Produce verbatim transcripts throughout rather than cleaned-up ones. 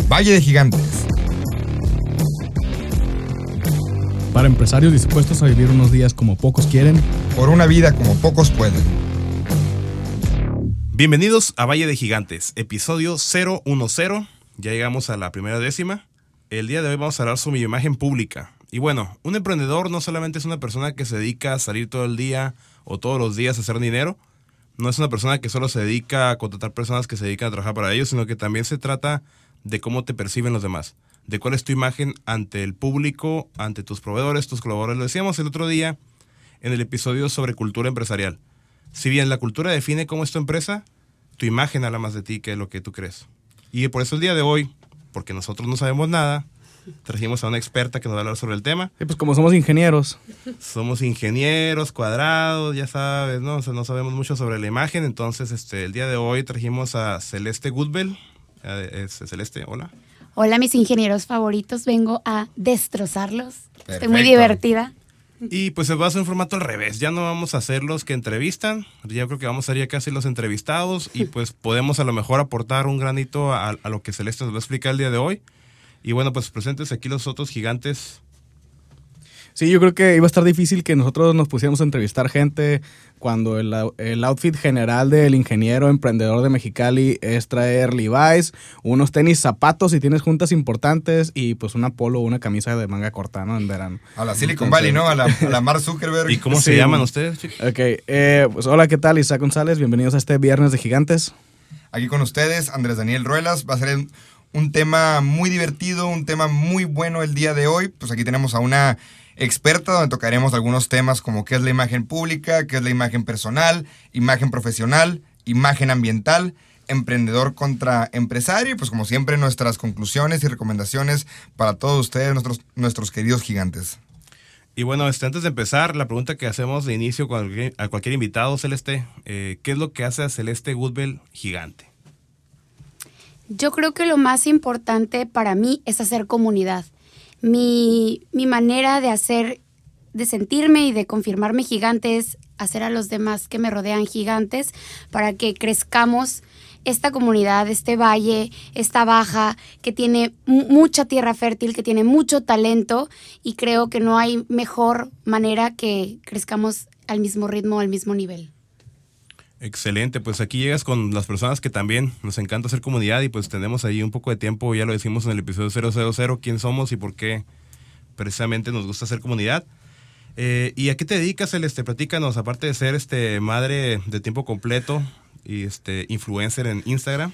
Valle de Gigantes. Para empresarios dispuestos a vivir unos días como pocos quieren, por una vida como pocos pueden. Bienvenidos a Valle de Gigantes, episodio cero diez. Ya llegamos a la primera décima. El día de hoy vamos a hablar sobre mi imagen pública. Y bueno, un emprendedor no solamente es una persona que se dedica a salir todo el día o todos los días a hacer dinero. No es una persona que solo se dedica a contratar personas que se dedican a trabajar para ellos, sino que también se trata de cómo te perciben los demás. De cuál es tu imagen ante el público, ante tus proveedores, tus colaboradores. Lo decíamos el otro día en el episodio sobre cultura empresarial. Si bien la cultura define cómo es tu empresa, tu imagen habla más de ti que lo que tú crees. Y por eso el día de hoy, porque nosotros no sabemos nada, trajimos a una experta que nos va a hablar sobre el tema. y pues como somos ingenieros, Somos ingenieros, cuadrados, ya sabes, ¿no? O sea, no sabemos mucho sobre la imagen. Entonces, este, el día de hoy trajimos a Celeste Goodbell. Eh, es- Celeste, hola. Hola, mis ingenieros favoritos. Vengo a destrozarlos. Estoy muy Perfecto. divertida. Y pues se va a hacer un formato al revés. Ya no vamos a hacer los que entrevistan. Ya creo que vamos a ser ya casi los entrevistados. Y pues podemos a lo mejor aportar un granito a, a lo que Celeste nos va a explicar el día de hoy. Y bueno, pues presentes aquí los otros gigantes. sí, yo creo que iba a estar difícil que nosotros nos pusiéramos a entrevistar gente cuando el, au- el outfit general del ingeniero emprendedor de Mexicali es traer Levi's, unos tenis, zapatos si tienes juntas importantes y pues una polo o una camisa de manga corta, ¿no? En verano. A la Silicon Entonces- Valley, ¿no? A la, a la Mark Zuckerberg. ¿Y cómo Sí. se llaman ustedes, chicos? Ok, eh, pues hola, ¿qué tal? Isaac González, bienvenidos a este Viernes de Gigantes. Aquí con ustedes, Andrés Daniel Ruelas. Va a ser un, un tema muy divertido, un tema muy bueno el día de hoy. Pues aquí tenemos a una experta donde tocaremos algunos temas como qué es la imagen pública, qué es la imagen personal, imagen profesional, imagen ambiental, emprendedor contra empresario y pues como siempre nuestras conclusiones y recomendaciones para todos ustedes, nuestros, nuestros queridos gigantes. Y bueno, este, antes de empezar, la pregunta que hacemos de inicio con cualquier- a cualquier invitado, Celeste, eh, ¿qué es lo que hace a Celeste Goodbell gigante? Yo creo que lo más importante para mí es hacer comunidad. Mi, mi manera de hacer, de sentirme y de confirmarme gigante es hacer a los demás que me rodean gigantes para que crezcamos esta comunidad, este valle, esta baja que tiene mu- mucha tierra fértil, que tiene mucho talento y creo que no hay mejor manera que crezcamos al mismo ritmo, al mismo nivel. Excelente, pues aquí llegas con las personas que también nos encanta hacer comunidad y pues tenemos ahí un poco de tiempo, ya lo decimos en el episodio cero cero cero, quién somos y por qué precisamente nos gusta hacer comunidad. Eh, ¿Y a qué te dedicas, Celeste? Platícanos, aparte de ser este madre de tiempo completo y este influencer en Instagram,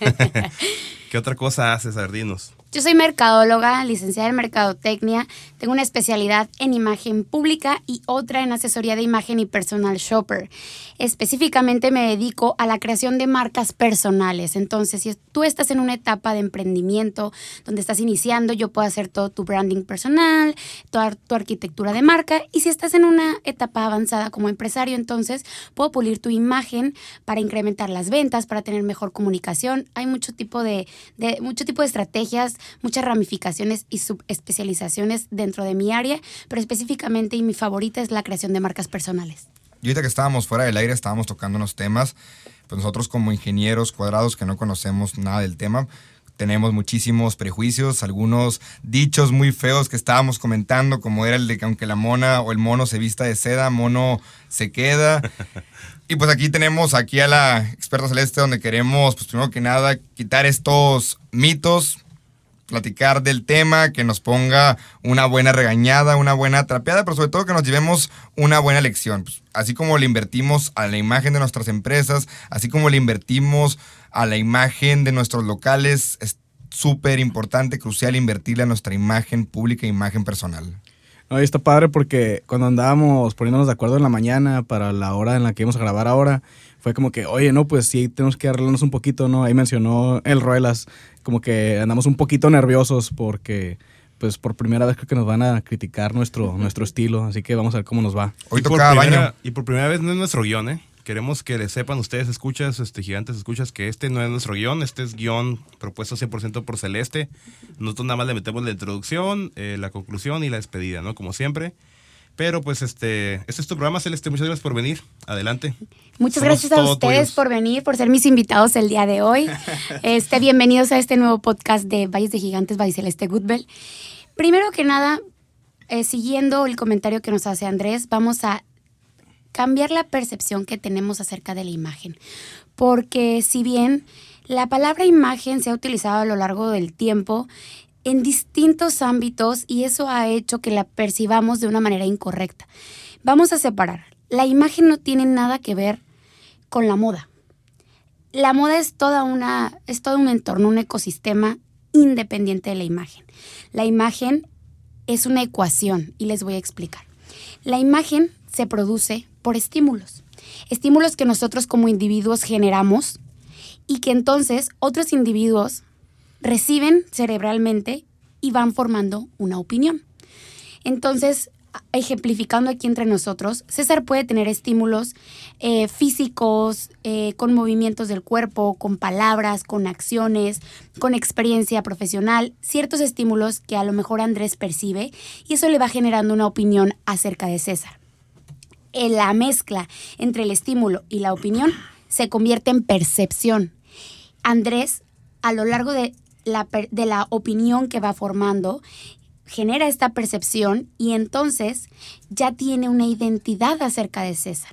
¿qué otra cosa haces? A ver, dinos. Yo soy mercadóloga, licenciada en mercadotecnia, tengo una especialidad en imagen pública y otra en asesoría de imagen y personal shopper. Específicamente me dedico a la creación de marcas personales. Entonces, si tú estás en una etapa de emprendimiento donde estás iniciando, yo puedo hacer todo tu branding personal, toda tu arquitectura de marca. Y si estás en una etapa avanzada como empresario, entonces puedo pulir tu imagen para incrementar las ventas, para tener mejor comunicación. Hay mucho tipo de, de, mucho tipo de estrategias, muchas ramificaciones y subespecializaciones dentro de mi área, pero específicamente y mi favorita es la creación de marcas personales. Y ahorita que estábamos fuera del aire, estábamos tocando unos temas, pues nosotros como ingenieros cuadrados que no conocemos nada del tema, tenemos muchísimos prejuicios, algunos dichos muy feos que estábamos comentando, como era el de que aunque la mona o el mono se vista de seda, mono se queda. Y pues aquí tenemos aquí a la experta Celeste donde queremos, pues primero que nada, quitar estos mitos, platicar del tema, que nos ponga una buena regañada, una buena trapeada, pero sobre todo que nos llevemos una buena lección. Pues, así como le invertimos a la imagen de nuestras empresas, así como le invertimos a la imagen de nuestros locales, es súper importante, crucial invertirle a nuestra imagen pública e imagen personal. No, y está padre porque cuando andábamos poniéndonos de acuerdo en la mañana para la hora en la que íbamos a grabar ahora, fue como que, oye, no, pues sí, tenemos que arreglarnos un poquito, ¿no? Ahí mencionó el Ruelas, como que andamos un poquito nerviosos porque, pues, por primera vez creo que nos van a criticar nuestro, nuestro estilo, así que vamos a ver cómo nos va. Hoy Y por tocaba primera- baño. Y por primera vez no es nuestro guión, ¿eh? Queremos que le sepan ustedes, escuchas, este, gigantes, escuchas, que este no es nuestro guión, este es guión propuesto cien por ciento por Celeste. Nosotros nada más le metemos la introducción, eh, la conclusión y la despedida, ¿no? Como siempre. Pero pues este, este es tu programa, Celeste, muchas gracias por venir. Adelante. Muchas Somos gracias a todo ustedes tuyos. por venir, por ser mis invitados el día de hoy. Este, bienvenidos a este nuevo podcast de Valles de Gigantes by Celeste Goodbell. Primero que nada, eh, siguiendo el comentario que nos hace Andrés, vamos a cambiar la percepción que tenemos acerca de la imagen. Porque si bien la palabra imagen se ha utilizado a lo largo del tiempo en distintos ámbitos y eso ha hecho que la percibamos de una manera incorrecta. Vamos a separar. La imagen no tiene nada que ver con la moda. La moda es toda una, es todo un entorno, un ecosistema independiente de la imagen. La imagen es una ecuación y les voy a explicar. La imagen se produce por estímulos. Estímulos que nosotros como individuos generamos y que entonces otros individuos reciben cerebralmente y van formando una opinión. Entonces, ejemplificando aquí entre nosotros, César puede tener estímulos eh, físicos, eh, con movimientos del cuerpo, con palabras, con acciones, con experiencia profesional, ciertos estímulos que a lo mejor Andrés percibe y eso le va generando una opinión acerca de César. En la mezcla entre el estímulo y la opinión se convierte en percepción. Andrés, a lo largo de la, per- de la opinión que va formando, genera esta percepción y entonces ya tiene una identidad acerca de César.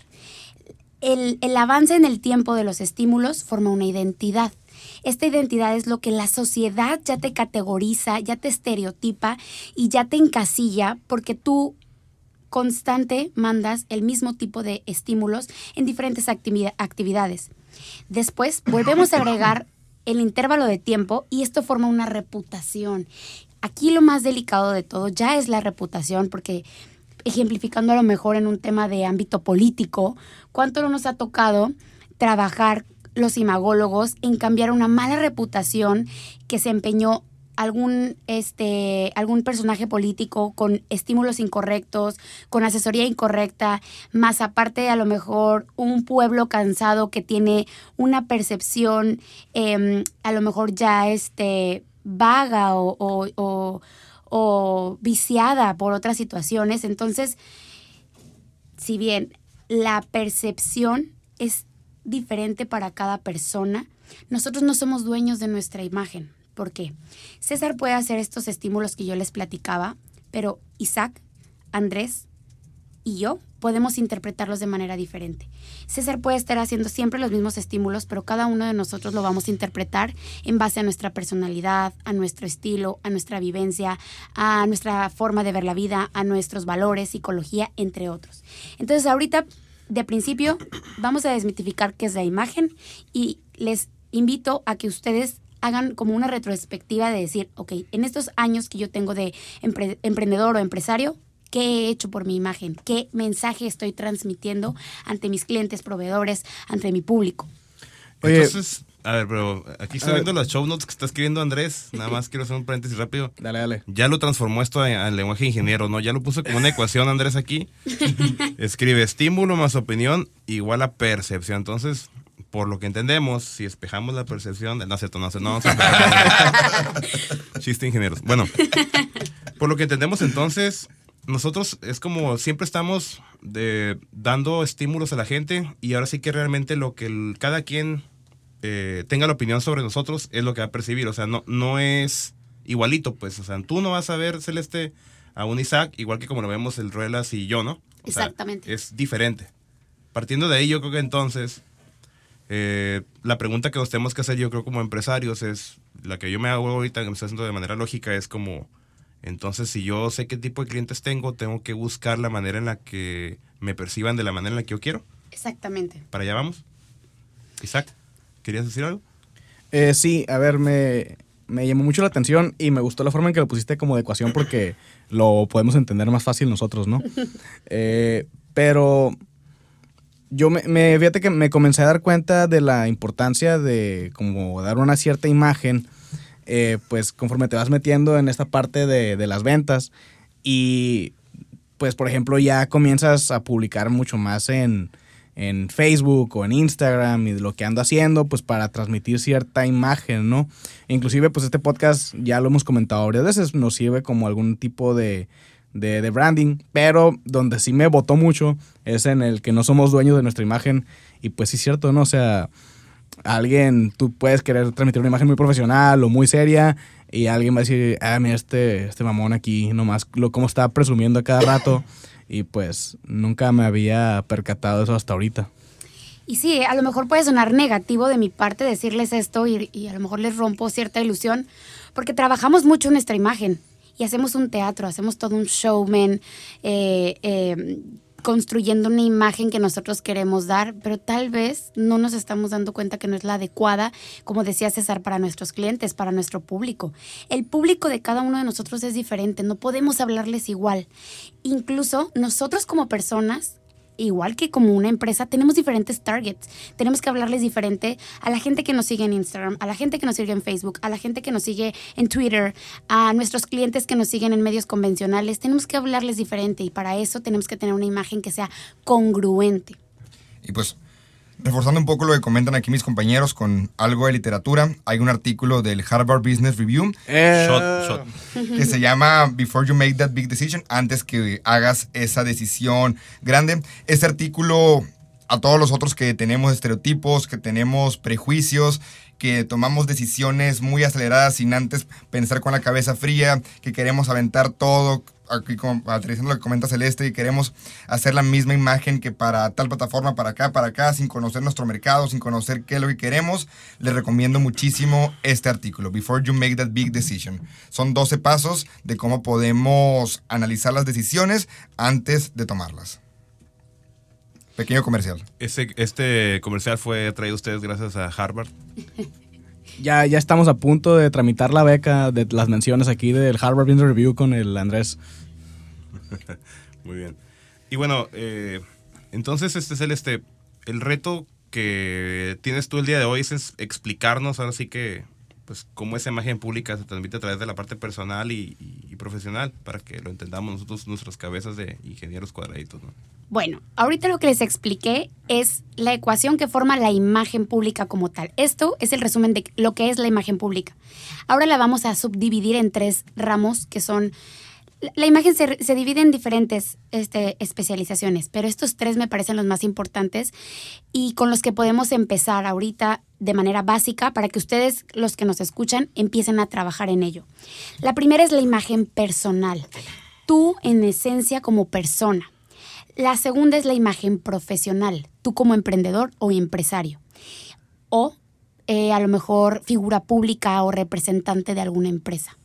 El, el avance en el tiempo de los estímulos forma una identidad. Esta identidad es lo que la sociedad ya te categoriza, ya te estereotipa y ya te encasilla porque tú constante mandas el mismo tipo de estímulos en diferentes activi- actividades. Después volvemos a agregar el intervalo de tiempo y esto forma una reputación. Aquí lo más delicado de todo ya es la reputación, porque ejemplificando a lo mejor en un tema de ámbito político, ¿cuánto no nos ha tocado trabajar los imagólogos en cambiar una mala reputación que se empeñó algún, este, algún personaje político con estímulos incorrectos, con asesoría incorrecta, más aparte a lo mejor un pueblo cansado que tiene una percepción eh, a lo mejor ya este, vaga o, o, o, o viciada por otras situaciones? Entonces, si bien la percepción es diferente para cada persona, nosotros no somos dueños de nuestra imagen. ¿Por qué? César puede hacer estos estímulos que yo les platicaba, pero Isaac, Andrés y yo podemos interpretarlos de manera diferente. César puede estar haciendo siempre los mismos estímulos, pero cada uno de nosotros lo vamos a interpretar en base a nuestra personalidad, a nuestro estilo, a nuestra vivencia, a nuestra forma de ver la vida, a nuestros valores, psicología, entre otros. Entonces, ahorita, de principio, vamos a desmitificar qué es la imagen y les invito a que ustedes hagan como una retrospectiva de decir, ok, en estos años que yo tengo de empre- emprendedor o empresario, ¿qué he hecho por mi imagen? ¿Qué mensaje estoy transmitiendo ante mis clientes, proveedores, ante mi público? Oye, Entonces, a ver, pero aquí estoy viendo las show notes que está escribiendo Andrés. Nada más quiero hacer un paréntesis rápido. Dale, dale. Ya lo transformó esto al lenguaje ingeniero, ¿no? Ya lo puso como una ecuación, Andrés, aquí. Escribe estímulo más opinión igual a percepción. Entonces, por lo que entendemos, si espejamos la percepción... No, cierto, no, no, no. Chiste ingenieros. Bueno, por lo que entendemos entonces, nosotros es como siempre estamos de, dando estímulos a la gente y ahora sí que realmente lo que el, cada quien eh, tenga la opinión sobre nosotros es lo que va a percibir. O sea, no, no es igualito, pues. O sea, tú no vas a ver, Celeste, a un Isaac igual que como lo vemos el Ruelas y yo, ¿no? O Exactamente. sea, es diferente. Partiendo de ahí, yo creo que entonces... Eh, la pregunta que nos tenemos que hacer yo creo como empresarios es, la que yo me hago ahorita, que me estoy haciendo de manera lógica, es como, entonces si yo sé qué tipo de clientes tengo, tengo que buscar la manera en la que me perciban de la manera en la que yo quiero. Exactamente. Para allá vamos. Isaac, ¿querías decir algo? Eh, sí, a ver, me, me llamó mucho la atención y me gustó la forma en que lo pusiste como de ecuación porque lo podemos entender más fácil nosotros, ¿no? eh, pero... Yo me, me, fíjate que me comencé a dar cuenta de la importancia de como dar una cierta imagen, eh, pues conforme te vas metiendo en esta parte de, de las ventas y pues por ejemplo ya comienzas a publicar mucho más en, en Facebook o en Instagram y de lo que ando haciendo pues para transmitir cierta imagen, ¿no? Inclusive pues este podcast ya lo hemos comentado varias veces, nos sirve como algún tipo de... de, de branding, pero donde sí me botó mucho es en el que no somos dueños de nuestra imagen. Y pues sí es cierto, ¿no? O sea, alguien, tú puedes querer transmitir una imagen muy profesional o muy seria y alguien va a decir, ah, mira este, este mamón aquí, nomás lo, como está presumiendo a cada rato. Y pues nunca me había percatado de eso hasta ahorita. Y sí, a lo mejor puede sonar negativo de mi parte decirles esto y, y a lo mejor les rompo cierta ilusión, porque trabajamos mucho en nuestra imagen y hacemos un teatro, hacemos todo un showman, eh, eh, construyendo una imagen que nosotros queremos dar, pero tal vez no nos estamos dando cuenta que no es la adecuada, como decía César, para nuestros clientes, para nuestro público. El público de cada uno de nosotros es diferente, no podemos hablarles igual. Incluso nosotros como personas, igual que como una empresa, tenemos diferentes targets. Tenemos que hablarles diferente a la gente que nos sigue en Instagram, a la gente que nos sigue en Facebook, a la gente que nos sigue en Twitter, a nuestros clientes que nos siguen en medios convencionales. Tenemos que hablarles diferente y para eso tenemos que tener una imagen que sea congruente. Y pues, reforzando un poco lo que comentan aquí mis compañeros con algo de literatura, hay un artículo del Harvard Business Review Eh, Shot, shot. que se llama Before You Make That Big Decision, antes que hagas esa decisión grande. Este artículo, a todos los otros que tenemos estereotipos, que tenemos prejuicios, que tomamos decisiones muy aceleradas sin antes pensar con la cabeza fría, que queremos aventar todo, aquí como aterrizando lo que comenta Celeste, y queremos hacer la misma imagen que para tal plataforma, para acá, para acá, sin conocer nuestro mercado, sin conocer qué es lo que queremos, les recomiendo muchísimo este artículo, Before You Make That Big Decision. Son doce pasos de cómo podemos analizar las decisiones antes de tomarlas. Pequeño comercial. Ese, este comercial fue traído a ustedes gracias a Harvard. Ya, ya estamos a punto de tramitar la beca de las menciones aquí del Harvard Business Review con el Andrés. Muy bien. Y bueno, eh, entonces este es el, este, el reto que tienes tú el día de hoy, es explicarnos ahora sí que pues cómo esa imagen pública se transmite a través de la parte personal y, y, y profesional, para que lo entendamos nosotros, nuestras cabezas de ingenieros cuadraditos, ¿no? Bueno, ahorita lo que les expliqué es la ecuación que forma la imagen pública como tal. Esto es el resumen de lo que es la imagen pública. Ahora la vamos a subdividir en tres ramos que son... La imagen se, se divide en diferentes este, especializaciones, pero estos tres me parecen los más importantes y con los que podemos empezar ahorita de manera básica para que ustedes, los que nos escuchan, empiecen a trabajar en ello. La primera es la imagen personal. Tú, en esencia, como persona. La segunda es la imagen profesional. Tú como emprendedor o empresario. O eh, a lo mejor figura pública o representante de alguna empresa.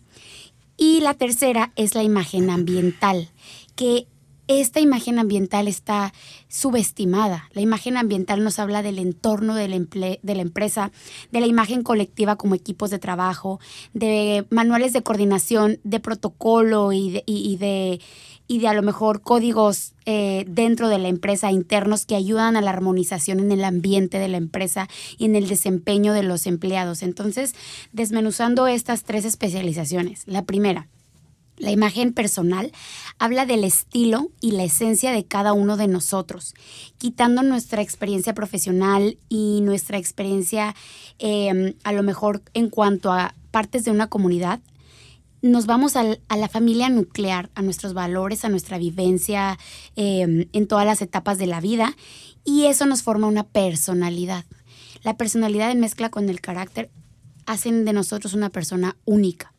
Y la tercera es la imagen ambiental, que esta imagen ambiental está subestimada. La imagen ambiental nos habla del entorno de la, emple- de la empresa, de la imagen colectiva como equipos de trabajo, de manuales de coordinación, de protocolo y de, y, y de, y de a lo mejor códigos eh, dentro de la empresa internos que ayudan a la armonización en el ambiente de la empresa y en el desempeño de los empleados. Entonces, desmenuzando estas tres especializaciones. La primera, la imagen personal, habla del estilo y la esencia de cada uno de nosotros, quitando nuestra experiencia profesional y nuestra experiencia eh, a lo mejor en cuanto a partes de una comunidad. Nos vamos al, a la familia nuclear, a nuestros valores, a nuestra vivencia eh, en todas las etapas de la vida, y eso nos forma una personalidad. La personalidad en mezcla con el carácter hacen de nosotros una persona única.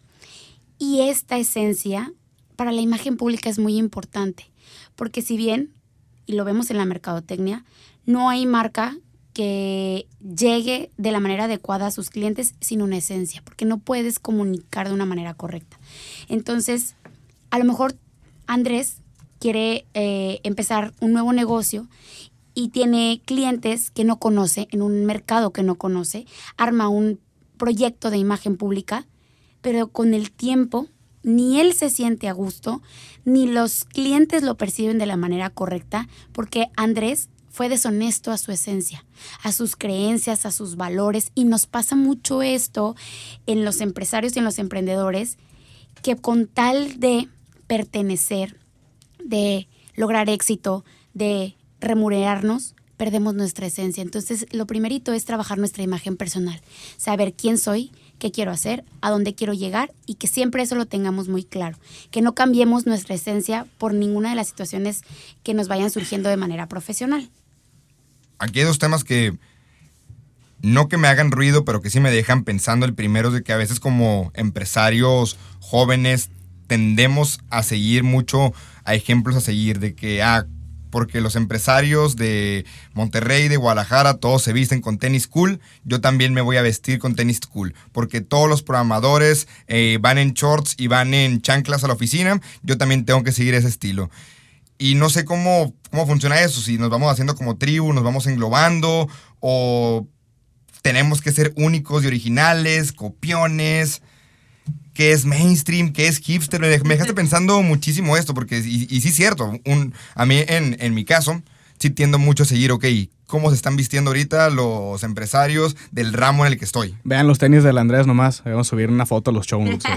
Y esta esencia para la imagen pública es muy importante, porque si bien, y lo vemos en la mercadotecnia, no hay marca que llegue de la manera adecuada a sus clientes sin una esencia, porque no puedes comunicar de una manera correcta. Entonces, a lo mejor Andrés quiere eh, empezar un nuevo negocio y tiene clientes que no conoce, en un mercado que no conoce, arma un proyecto de imagen pública, pero con el tiempo ni él se siente a gusto, ni los clientes lo perciben de la manera correcta, porque Andrés fue deshonesto a su esencia, a sus creencias, a sus valores, y nos pasa mucho esto en los empresarios y en los emprendedores, que con tal de pertenecer, de lograr éxito, de remunerarnos, perdemos nuestra esencia. Entonces, lo primerito es trabajar nuestra imagen personal, saber quién soy, qué quiero hacer, a dónde quiero llegar y que siempre eso lo tengamos muy claro. Que no cambiemos nuestra esencia por ninguna de las situaciones que nos vayan surgiendo de manera profesional. Aquí hay dos temas que no que me hagan ruido, pero que sí me dejan pensando. El primero es de que a veces como empresarios jóvenes tendemos a seguir mucho a ejemplos a seguir de que, ah, porque los empresarios de Monterrey, de Guadalajara, todos se visten con tenis cool, yo también me voy a vestir con tenis cool. Porque todos los programadores eh, van en shorts y van en chanclas a la oficina, yo también tengo que seguir ese estilo. Y no sé cómo, cómo funciona eso, si nos vamos haciendo como tribu, nos vamos englobando, o tenemos que ser únicos y originales, copiones. ¿Qué es mainstream? ¿Qué es hipster? Me dejaste pensando muchísimo esto, porque, y, y sí es cierto, un, a mí en, en mi caso, sí tiendo mucho a seguir, ok, cómo se están vistiendo ahorita los empresarios del ramo en el que estoy. Vean los tenis del Andrés nomás, vamos a subir una foto a los show notes.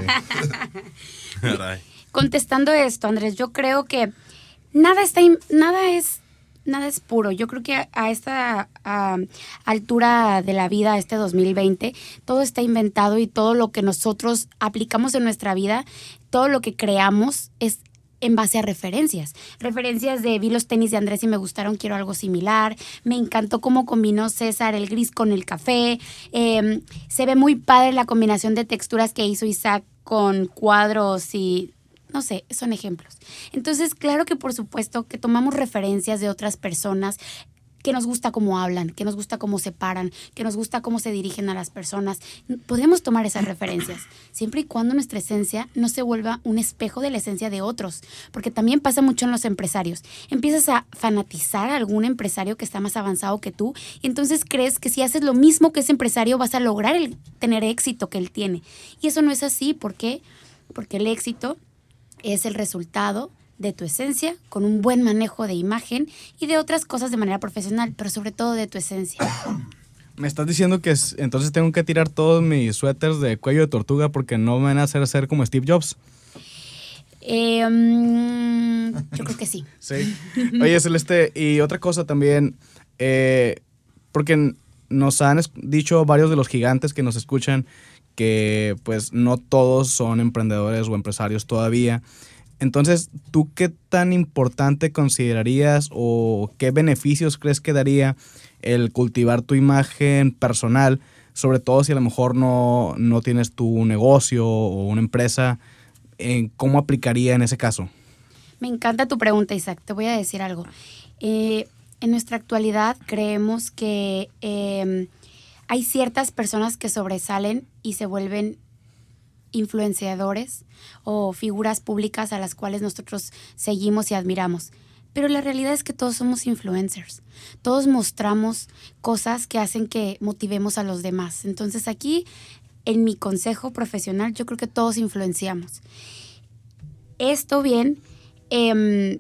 Contestando esto, Andrés, yo creo que nada está, nada es... Nada es puro. Yo creo que a esta a, altura de la vida, este dos mil veinte, todo está inventado y todo lo que nosotros aplicamos en nuestra vida, todo lo que creamos es en base a referencias. Referencias de vi los tenis de Andrés y me gustaron, quiero algo similar. Me encantó cómo combinó César el gris con el café. Eh, se ve muy padre la combinación de texturas que hizo Isaac con cuadros y... No sé, son ejemplos. Entonces, claro que por supuesto que tomamos referencias de otras personas, que nos gusta cómo hablan, que nos gusta cómo se paran, que nos gusta cómo se dirigen a las personas. Podemos tomar esas referencias, siempre y cuando nuestra esencia no se vuelva un espejo de la esencia de otros. Porque también pasa mucho en los empresarios. Empiezas a fanatizar a algún empresario que está más avanzado que tú y entonces crees que si haces lo mismo que ese empresario vas a lograr el, tener éxito que él tiene. Y eso no es así. ¿Por qué? Porque el éxito es el resultado de tu esencia, con un buen manejo de imagen y de otras cosas de manera profesional, pero sobre todo de tu esencia. Me estás diciendo que es, entonces tengo que tirar todos mis suéteres de cuello de tortuga porque no me van a hacer ser como Steve Jobs. Eh, um, yo creo que sí. Sí. Oye, Celeste, y otra cosa también, eh, porque nos han dicho varios de los gigantes que nos escuchan que pues no todos son emprendedores o empresarios todavía. Entonces, ¿tú qué tan importante considerarías o qué beneficios crees que daría el cultivar tu imagen personal, sobre todo si a lo mejor no, no tienes tu negocio o una empresa? ¿En ¿Cómo aplicaría en ese caso? Me encanta tu pregunta, Isaac. Te voy a decir algo. Eh, en nuestra actualidad creemos que eh, hay ciertas personas que sobresalen y se vuelven influenciadores o figuras públicas a las cuales nosotros seguimos y admiramos. Pero la realidad es que todos somos influencers. Todos mostramos cosas que hacen que motivemos a los demás. Entonces aquí, en mi consejo profesional, yo creo que todos influenciamos. Esto bien, eh,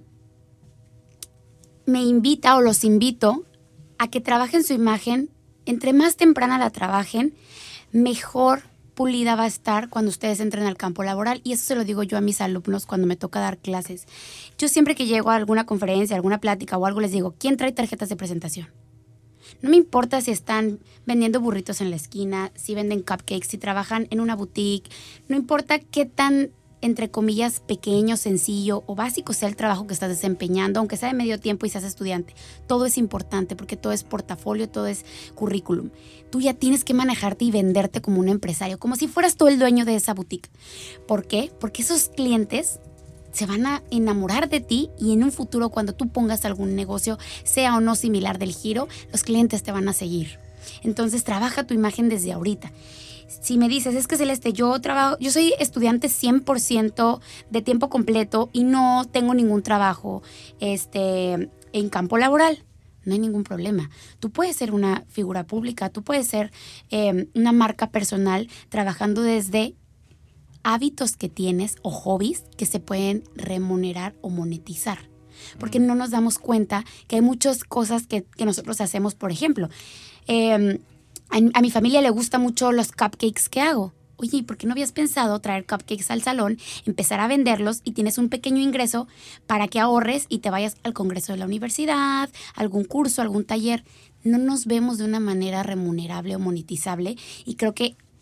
me invita o los invito a que trabajen su imagen. Entre más temprana la trabajen, mejor pulida va a estar cuando ustedes entren al campo laboral. Y eso se lo digo yo a mis alumnos cuando me toca dar clases. Yo siempre que llego a alguna conferencia, alguna plática o algo, les digo, ¿quién trae tarjetas de presentación? No me importa si están vendiendo burritos en la esquina, si venden cupcakes, si trabajan en una boutique. No importa qué tan, entre comillas, pequeño, sencillo o básico sea el trabajo que estás desempeñando, aunque sea de medio tiempo y seas estudiante. Todo es importante porque todo es portafolio, todo es currículum. Tú ya tienes que manejarte y venderte como un empresario, como si fueras tú el dueño de esa boutique. ¿Por qué? Porque esos clientes se van a enamorar de ti y en un futuro cuando tú pongas algún negocio, sea o no similar del giro, los clientes te van a seguir. Entonces trabaja tu imagen desde ahorita. Si me dices, es que Celeste, yo trabajo, yo soy estudiante cien por ciento de tiempo completo y no tengo ningún trabajo este, en campo laboral, no hay ningún problema. Tú puedes ser una figura pública, tú puedes ser eh, una marca personal trabajando desde hábitos que tienes o hobbies que se pueden remunerar o monetizar. Porque no nos damos cuenta que hay muchas cosas que, que nosotros hacemos, por ejemplo, eh, a, a mi familia le gustan mucho los cupcakes que hago. Oye, ¿y por qué no habías pensado traer cupcakes al salón, empezar a venderlos y tienes un pequeño ingreso para que ahorres y te vayas al congreso de la universidad, algún curso, algún taller? No nos vemos de una manera remunerable o monetizable y creo que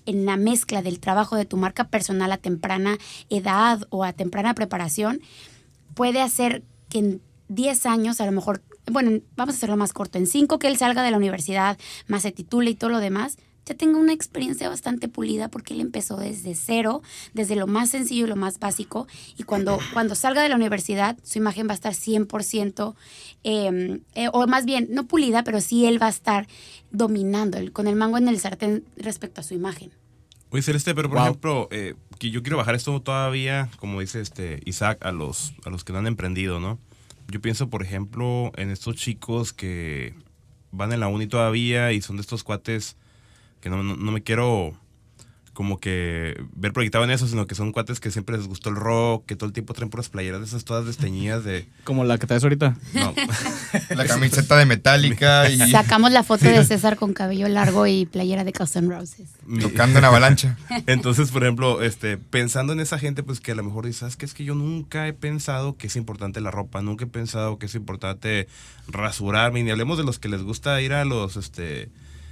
en la mezcla del trabajo de tu marca personal a temprana edad o a temprana preparación, puede hacer que en diez años, a lo mejor, bueno, vamos a hacerlo más corto, en cinco que él salga de la universidad, más se titule y todo lo demás, ya tenga una experiencia bastante pulida porque él empezó desde cero, desde lo más sencillo y lo más básico, y cuando, cuando salga de la universidad, su imagen va a estar cien por ciento, eh, eh, o más bien, no pulida, pero sí él va a estar dominando, el, con el mango en el sartén respecto a su imagen. Oye, Celeste, pero por Wow. ejemplo, eh, que yo quiero bajar esto todavía, como dice este Isaac, a los, a los que no han emprendido, ¿no? Yo pienso, por ejemplo, en estos chicos que van en la uni todavía y son de estos cuates que no, no, no me quiero como que ver proyectado en eso, sino que son cuates que siempre les gustó el rock, que todo el tiempo traen puras playeras de esas todas desteñidas de... Como la que traes ahorita. No. La camiseta de Metallica y Sacamos la foto de César con cabello largo y playera de Guns N' Roses. tocando en avalancha. Entonces, por ejemplo, este, pensando en esa gente, pues que a lo mejor dices, ¿sabes qué? Es que yo nunca he pensado que es importante la ropa, nunca he pensado que es importante rasurarme, y ni hablemos de los que les gusta ir a los este,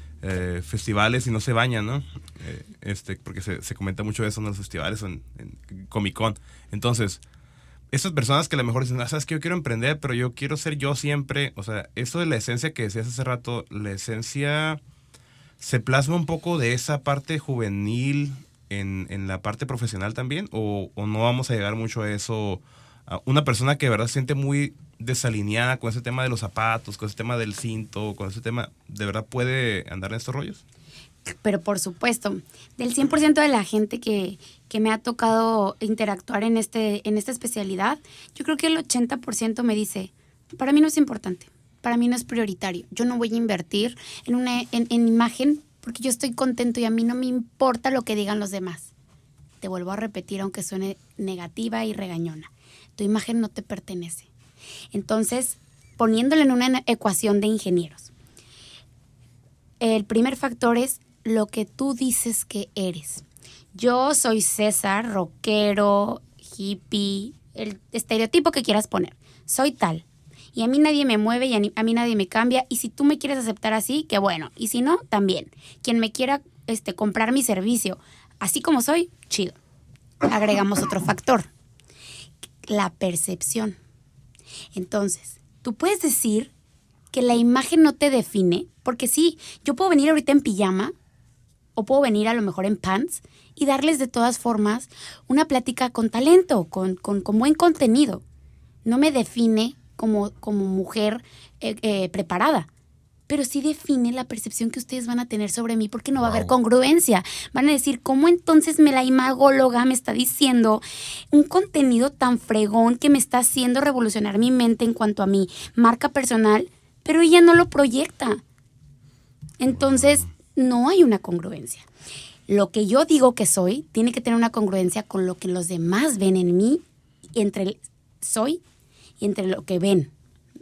eh, festivales y no se bañan, ¿no? Eh, este, porque se, se comenta mucho eso en los festivales o en, en Comic Con. Entonces, esas personas que a lo mejor dicen, ah, ¿sabes qué? Yo quiero emprender, pero yo quiero ser yo siempre. O sea, eso de la esencia que decías hace rato, la esencia se plasma un poco de esa parte juvenil en, en la parte profesional también, o, o no vamos a llegar mucho a eso. A una persona que de verdad se siente muy desalineada con ese tema de los zapatos, con ese tema del cinto, con ese tema, ¿de verdad puede andar en estos rollos? Pero por supuesto, del cien por ciento de la gente que, que me ha tocado interactuar en, este, en esta especialidad, yo creo que el ochenta por ciento me dice, para mí no es importante, para mí no es prioritario, yo no voy a invertir en, una, en, en imagen porque yo estoy contento y a mí no me importa lo que digan los demás. Te vuelvo a repetir, aunque suene negativa y regañona, tu imagen no te pertenece. Entonces, poniéndolo en una ecuación de ingenieros, el primer factor es lo que tú dices que eres. Yo soy César, rockero, hippie, el estereotipo que quieras poner. Soy tal. Y a mí nadie me mueve y a, ni, a mí nadie me cambia. Y si tú me quieres aceptar así, qué bueno. Y si no, también. Quien me quiera este, comprar mi servicio, así como soy, chido. Agregamos otro factor. La percepción. Entonces, tú puedes decir que la imagen no te define, porque sí, yo puedo venir ahorita en pijama o puedo venir a lo mejor en pants y darles de todas formas una plática con talento, con, con, con buen contenido. No me define como, como mujer eh, eh, preparada, pero sí define la percepción que ustedes van a tener sobre mí, porque no va a haber congruencia. Van a decir, ¿cómo entonces me la imagóloga me está diciendo un contenido tan fregón que me está haciendo revolucionar mi mente en cuanto a mi marca personal, pero ella no lo proyecta? Entonces, no hay una congruencia. Lo que yo digo que soy tiene que tener una congruencia con lo que los demás ven en mí, entre el soy y entre lo que ven.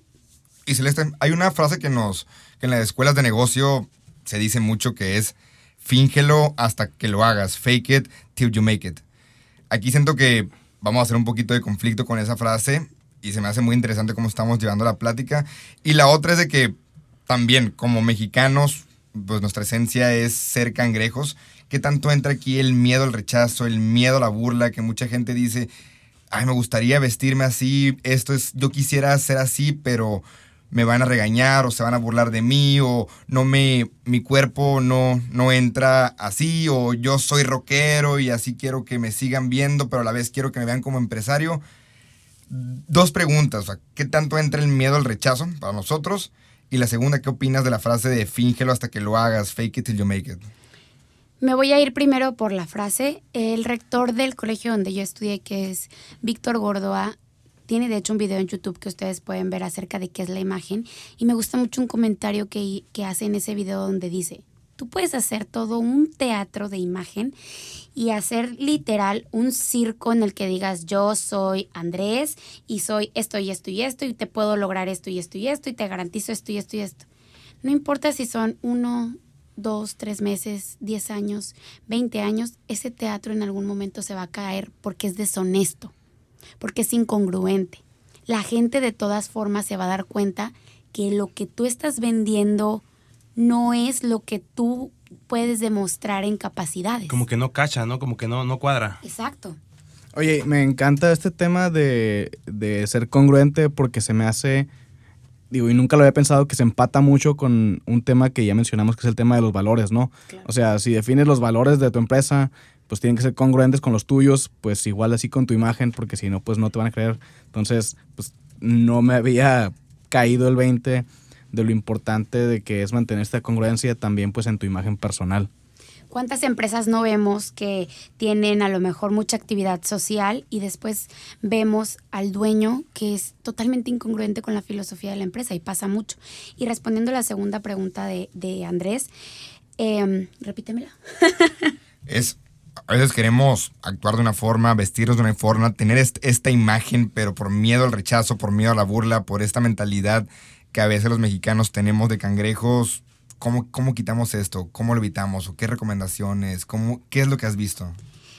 Y Celeste, hay una frase que nos que en las escuelas de negocio se dice mucho, que es fíngelo hasta que lo hagas, fake it till you make it. Aquí siento que vamos a hacer un poquito de conflicto con esa frase y se me hace muy interesante cómo estamos llevando la plática. Y la otra es de que también como mexicanos, pues nuestra esencia es ser cangrejos. ¿Qué tanto entra aquí el miedo al rechazo, el miedo a la burla? Que mucha gente dice, ay, me gustaría vestirme así, esto es, yo quisiera ser así, pero me van a regañar o se van a burlar de mí, o no me, mi cuerpo no, no entra así, o yo soy rockero y así quiero que me sigan viendo, pero a la vez quiero que me vean como empresario. Dos preguntas, o sea, ¿qué tanto entra el miedo al rechazo para nosotros? Y la segunda, ¿qué opinas de la frase de fíngelo hasta que lo hagas, fake it till you make it? Me voy a ir primero por la frase. El rector del colegio donde yo estudié, que es Víctor Gordoa, tiene de hecho un video en YouTube que ustedes pueden ver acerca de qué es la imagen. Y me gusta mucho un comentario que, que hace en ese video donde dice, tú puedes hacer todo un teatro de imagen y hacer literal un circo en el que digas, yo soy Andrés y soy esto y esto y esto y te puedo lograr esto y esto y esto y te garantizo esto y esto y esto. No importa si son uno, dos, tres meses, diez años, veinte años, ese teatro en algún momento se va a caer porque es deshonesto, porque es incongruente. La gente de todas formas se va a dar cuenta que lo que tú estás vendiendo no es lo que tú puedes demostrar en capacidades. Como que no cacha, ¿no? Como que no, no cuadra. Exacto. Oye, me encanta este tema de, de ser congruente porque se me hace, digo, y nunca lo había pensado, que se empata mucho con un tema que ya mencionamos, que es el tema de los valores, ¿no? Claro. O sea, si defines los valores de tu empresa, pues tienen que ser congruentes con los tuyos, pues igual así con tu imagen, porque si no, pues no te van a creer. Entonces, pues no me había caído el veinte de lo importante de que es mantener esta congruencia también pues en tu imagen personal. ¿Cuántas empresas no vemos que tienen a lo mejor mucha actividad social y después vemos al dueño que es totalmente incongruente con la filosofía de la empresa y pasa mucho? Y respondiendo a la segunda pregunta de, de Andrés, eh, repítemela. Es, a veces queremos actuar de una forma, vestirnos de una forma, tener est- esta imagen, pero por miedo al rechazo, por miedo a la burla, por esta mentalidad que a veces los mexicanos tenemos de cangrejos. ¿Cómo, cómo quitamos esto? ¿Cómo lo evitamos? ¿O qué recomendaciones? ¿Cómo, ¿Qué es lo que has visto?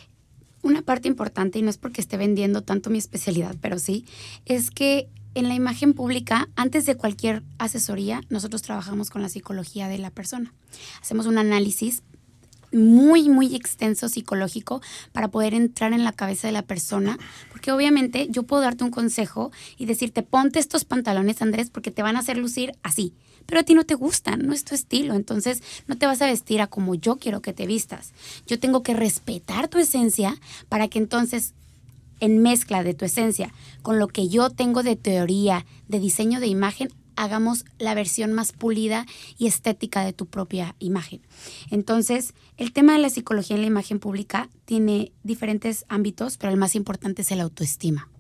Una parte importante, y no es porque esté vendiendo tanto mi especialidad, pero sí, es que en la imagen pública, antes de cualquier asesoría, nosotros trabajamos con la psicología de la persona. Hacemos un análisis muy, muy extenso psicológico para poder entrar en la cabeza de la persona, porque obviamente yo puedo darte un consejo y decirte, ponte estos pantalones, Andrés, porque te van a hacer lucir así, pero a ti no te gustan, no es tu estilo, entonces no te vas a vestir a como yo quiero que te vistas. Yo tengo que respetar tu esencia para que entonces, en mezcla de tu esencia con lo que yo tengo de teoría, de diseño de imagen, hagamos la versión más pulida y estética de tu propia imagen. Entonces, el tema de la psicología en la imagen pública tiene diferentes ámbitos, pero el más importante es el autoestima.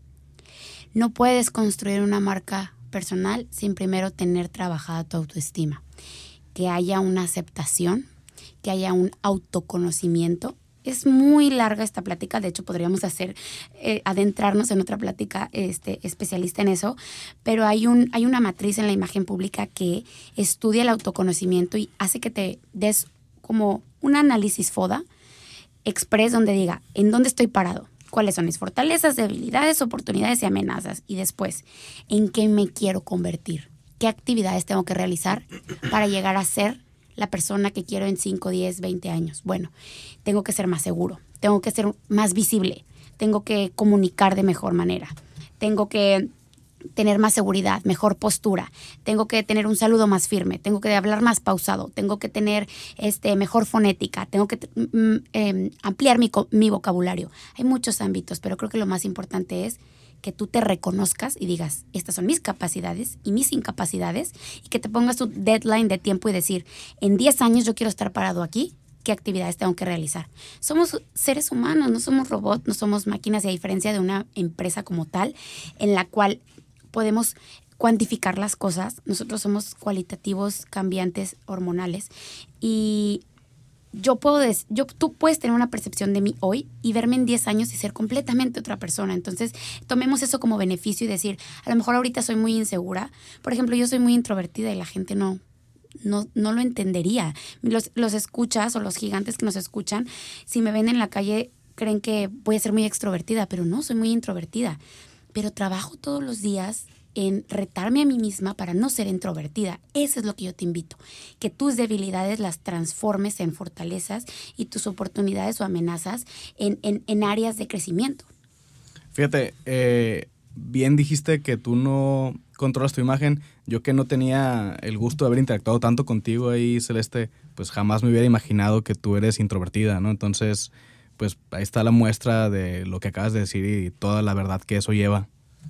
No puedes construir una marca personal sin primero tener trabajada tu autoestima. Que haya una aceptación, que haya un autoconocimiento. Es muy larga esta plática, de hecho podríamos hacer, eh, adentrarnos en otra plática este, especialista en eso, pero hay, un, hay una matriz en la imagen pública que estudia el autoconocimiento y hace que te des como un análisis FODA, express, donde diga, ¿en dónde estoy parado? ¿Cuáles son mis fortalezas, debilidades, oportunidades y amenazas? Y después, ¿en qué me quiero convertir? ¿Qué actividades tengo que realizar para llegar a ser la persona que quiero en cinco, diez, veinte años? Bueno, tengo que ser más seguro, tengo que ser más visible, tengo que comunicar de mejor manera, tengo que tener más seguridad, mejor postura, tengo que tener un saludo más firme, tengo que hablar más pausado, tengo que tener este, mejor fonética, tengo que mm, eh, ampliar mi, mi vocabulario. Hay muchos ámbitos, pero creo que lo más importante es que tú te reconozcas y digas, estas son mis capacidades y mis incapacidades, y que te pongas tu deadline de tiempo y decir, en diez años yo quiero estar parado aquí, ¿qué actividades tengo que realizar? Somos seres humanos, no somos robots, no somos máquinas, y a diferencia de una empresa como tal, en la cual podemos cuantificar las cosas, nosotros somos cualitativos, cambiantes, hormonales, y yo puedo des- yo, tú puedes tener una percepción de mí hoy y verme en diez años y ser completamente otra persona. Entonces, tomemos eso como beneficio y decir, a lo mejor ahorita soy muy insegura. Por ejemplo, yo soy muy introvertida y la gente no, no, no lo entendería. Los, los escuchas o los gigantes que nos escuchan, si me ven en la calle, creen que voy a ser muy extrovertida, pero no, soy muy introvertida. Pero trabajo todos los días en retarme a mí misma para no ser introvertida. Eso es lo que yo te invito, que tus debilidades las transformes en fortalezas y tus oportunidades o amenazas en, en, en áreas de crecimiento. Fíjate, eh, bien dijiste que tú no controlas tu imagen. Yo, que no tenía el gusto de haber interactuado tanto contigo ahí, Celeste, pues jamás me hubiera imaginado que tú eres introvertida, ¿no? Entonces, pues ahí está la muestra de lo que acabas de decir y toda la verdad que eso lleva.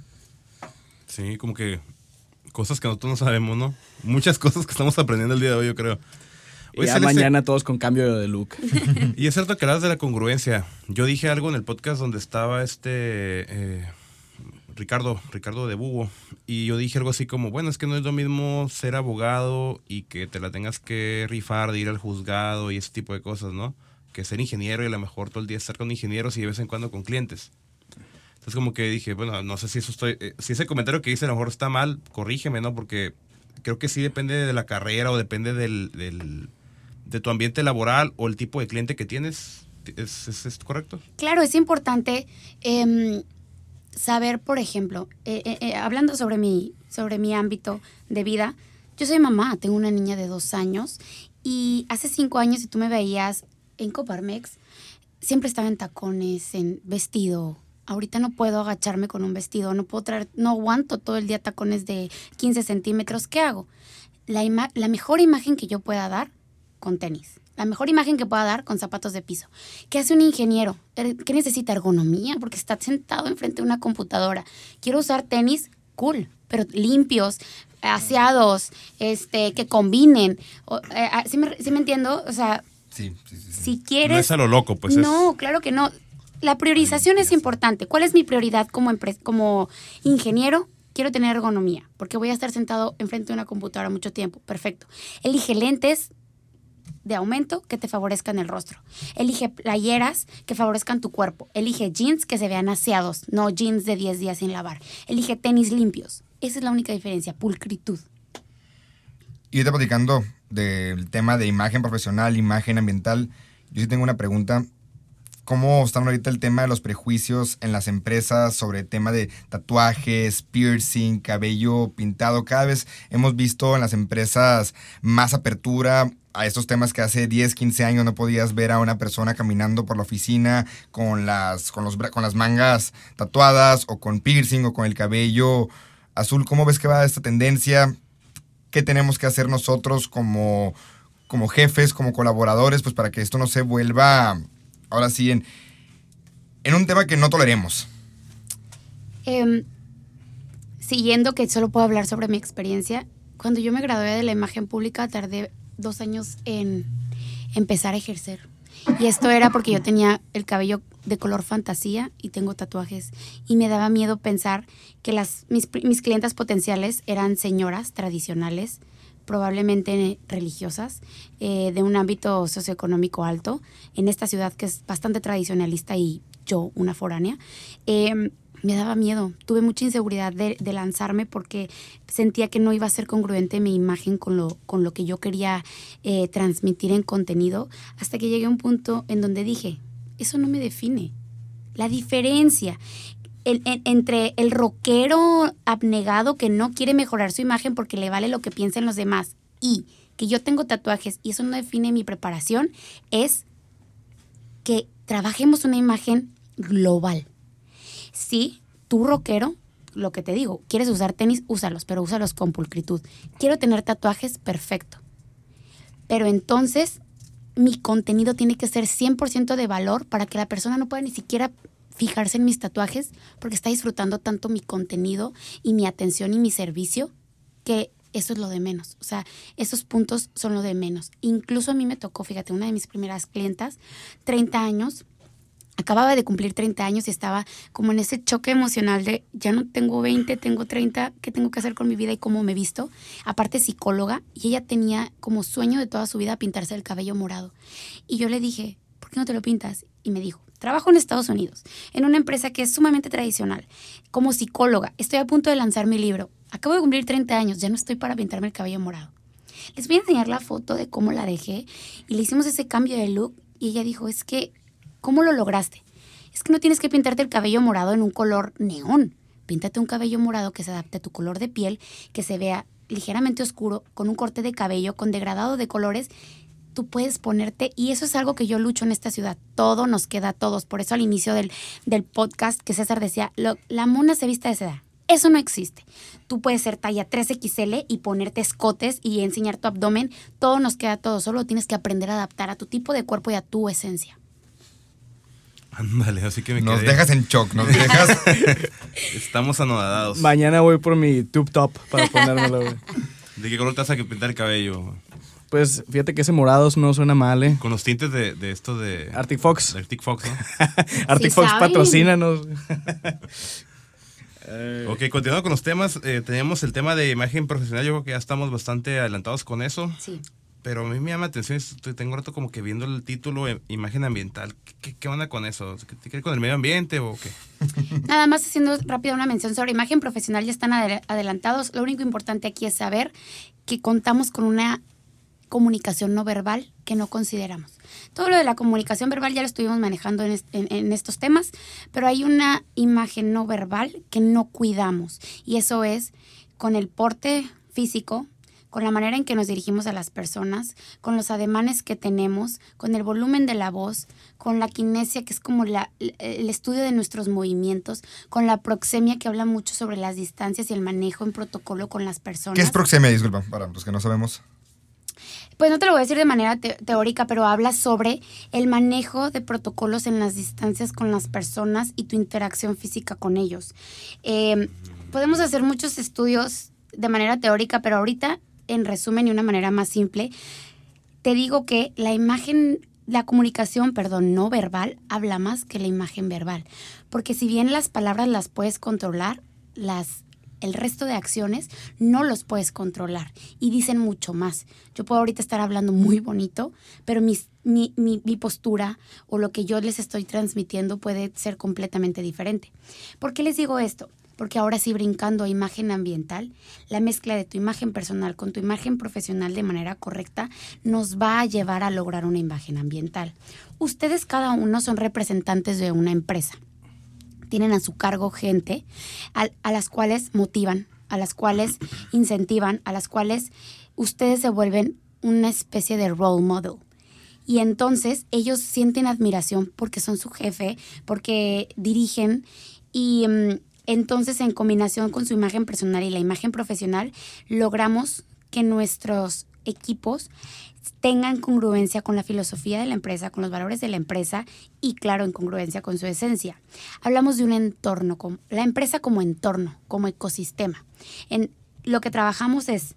Sí, como que cosas que nosotros no sabemos, ¿no? Muchas cosas que estamos aprendiendo el día de hoy, yo creo. Y Hoy ya Celeste, mañana todos con cambio de look. y es cierto que hablas de la congruencia. Yo dije algo en el podcast donde estaba este eh, Ricardo, Ricardo de Bugo, y yo dije algo así como, bueno, es que no es lo mismo ser abogado y que te la tengas que rifar de ir al juzgado y ese tipo de cosas, ¿no? Que ser ingeniero y a lo mejor todo el día estar con ingenieros y de vez en cuando con clientes. Entonces como que dije, bueno, no sé si eso estoy, eh, si ese comentario que hice a lo mejor está mal, corrígeme, ¿no? Porque creo que sí depende de la carrera o depende del, del de tu ambiente laboral o el tipo de cliente que tienes. ¿Es, es, es correcto? Claro, es importante eh, saber, por ejemplo, eh, eh, eh, hablando sobre mi, sobre mi ámbito de vida, yo soy mamá, tengo una niña de dos años Y hace cinco años, si tú me veías en Coparmex, siempre estaba en tacones, en vestido. Ahorita no puedo agacharme con un vestido, no puedo traer, no aguanto todo el día tacones de quince centímetros. ¿Qué hago? La, ima- la mejor imagen que yo pueda dar con tenis. La mejor imagen que pueda dar con zapatos de piso. ¿Qué hace un ingeniero? ¿Qué necesita? Ergonomía, porque está sentado enfrente de una computadora. Quiero usar tenis, cool, pero limpios, aseados, este, que combinen. O, eh, ¿sí, me, ¿Sí me entiendo? O sea, Sí, sí, sí, sí. si quieres... No es a lo loco, pues No, es... claro que no. La priorización es importante. ¿Cuál es mi prioridad como, empre- como ingeniero? Quiero tener ergonomía, porque voy a estar sentado enfrente de una computadora mucho tiempo. Perfecto. Elige lentes de aumento que te favorezcan el rostro. Elige playeras que favorezcan tu cuerpo. Elige jeans que se vean aseados, no jeans de diez días sin lavar. Elige tenis limpios. Esa es la única diferencia, pulcritud. Y ahorita platicando del tema de imagen profesional, imagen ambiental, yo sí tengo una pregunta. ¿Cómo están ahorita el tema de los prejuicios en las empresas sobre el tema de tatuajes, piercing, cabello pintado? Cada vez hemos visto en las empresas más apertura a estos temas que hace diez, quince años no podías ver a una persona caminando por la oficina con las, con los, con las mangas tatuadas o con piercing o con el cabello azul. ¿Cómo ves que va esta tendencia? ¿Qué tenemos que hacer nosotros como, como jefes, como colaboradores, pues para que esto no se vuelva... Ahora sí, en, en un tema que no toleremos? Eh, siguiendo que solo puedo hablar sobre mi experiencia, cuando yo me gradué de la imagen pública tardé dos años en empezar a ejercer. Y esto era porque yo tenía el cabello de color fantasía y tengo tatuajes. Y me daba miedo pensar que las, mis, mis clientas potenciales eran señoras tradicionales, probablemente religiosas, eh, de un ámbito socioeconómico alto, en esta ciudad que es bastante tradicionalista y yo, una foránea. Eh, me daba miedo, tuve mucha inseguridad de, de lanzarme porque sentía que no iba a ser congruente mi imagen con lo, con lo que yo quería eh, transmitir en contenido, hasta que llegué a un punto en donde dije, eso no me define. La diferencia El, en, entre el rockero abnegado que no quiere mejorar su imagen porque le vale lo que piensen los demás y que yo tengo tatuajes y eso no define mi preparación, es que trabajemos una imagen global. Sí, tú rockero, lo que te digo, quieres usar tenis, úsalos, pero úsalos con pulcritud. Quiero tener tatuajes, perfecto. Pero entonces mi contenido tiene que ser cien por ciento de valor para que la persona no pueda ni siquiera fijarse en mis tatuajes porque está disfrutando tanto mi contenido y mi atención y mi servicio que eso es lo de menos. O sea, esos puntos son lo de menos. Incluso a mí me tocó, fíjate, una de mis primeras clientas, treinta años, acababa de cumplir treinta años y estaba como en ese choque emocional de ya no tengo veinte, tengo treinta, ¿qué tengo que hacer con mi vida y cómo me visto? Aparte psicóloga, y ella tenía como sueño de toda su vida pintarse el cabello morado. Y yo le dije, ¿por qué no te lo pintas? Y me dijo, trabajo en Estados Unidos, en una empresa que es sumamente tradicional. Como psicóloga, estoy a punto de lanzar mi libro. Acabo de cumplir treinta años, ya no estoy para pintarme el cabello morado. Les voy a enseñar la foto de cómo la dejé y le hicimos ese cambio de look y ella dijo, es que, ¿cómo lo lograste? Es que no tienes que pintarte el cabello morado en un color neón. Píntate un cabello morado que se adapte a tu color de piel, que se vea ligeramente oscuro, con un corte de cabello, con degradado de colores. Tú puedes ponerte, y eso es algo que yo lucho en esta ciudad. Todo nos queda a todos. Por eso al inicio del, del podcast que César decía, lo, la mona se viste de seda. Eso no existe. Tú puedes ser talla tres equis ele y ponerte escotes y enseñar tu abdomen. Todo nos queda a todos. Solo tienes que aprender a adaptar a tu tipo de cuerpo y a tu esencia. Ándale, así que me Nos quedé. dejas en shock, nos dejas... Estamos anodados. Mañana voy por mi tube top para ponérmelo, güey. ¿De qué color te vas a pintar el cabello? Pues fíjate que ese morados no suena mal, ¿eh? Con los tintes de, de esto de... Arctic Fox. de Arctic Fox, ¿no? Arctic Sí Fox saben. patrocínanos. Ok, continuando con los temas, eh, tenemos el tema de imagen profesional. Yo creo que ya estamos bastante adelantados con eso. Sí. Pero a mí me llama la atención, estoy- tengo un rato como que viendo el título, eh, imagen ambiental. ¿Qué, qué, qué onda con eso? ¿Qué tiene que ver con el medio ambiente o qué? Nada más haciendo rápida una mención sobre imagen profesional, ya están adel- adelantados. Lo único importante aquí es saber que contamos con una comunicación no verbal que no consideramos. Todo lo de la comunicación verbal ya lo estuvimos manejando en, est- en, en estos temas, pero hay una imagen no verbal que no cuidamos y eso es con el porte físico, con la manera en que nos dirigimos a las personas, con los ademanes que tenemos, con el volumen de la voz, con la kinesia, que es como la, el estudio de nuestros movimientos, con la proxemia, que habla mucho sobre las distancias y el manejo en protocolo con las personas. ¿Qué es proxemia? Disculpa, para los que no sabemos. Pues no te lo voy a decir de manera te- teórica, pero habla sobre el manejo de protocolos en las distancias con las personas y tu interacción física con ellos. Eh, podemos hacer muchos estudios de manera teórica, pero ahorita, en resumen y una manera más simple, te digo que la imagen, la comunicación, perdón, no verbal, habla más que la imagen verbal. Porque si bien las palabras las puedes controlar, las el resto de acciones no los puedes controlar y dicen mucho más. Yo puedo ahorita estar hablando muy bonito, pero mis, mi, mi, mi postura o lo que yo les estoy transmitiendo puede ser completamente diferente. ¿Por qué les digo esto? Porque ahora sí, brincando a imagen ambiental, la mezcla de tu imagen personal con tu imagen profesional de manera correcta nos va a llevar a lograr una imagen ambiental. Ustedes cada uno son representantes de una empresa. Tienen a su cargo gente a, a las cuales motivan, a las cuales incentivan, a las cuales ustedes se vuelven una especie de role model. Y entonces ellos sienten admiración porque son su jefe, porque dirigen y um, entonces en combinación con su imagen personal y la imagen profesional logramos que nuestros equipos tengan congruencia con la filosofía de la empresa, con los valores de la empresa y, claro, en congruencia con su esencia. Hablamos de un entorno, como, la empresa como entorno, como ecosistema. En lo que trabajamos es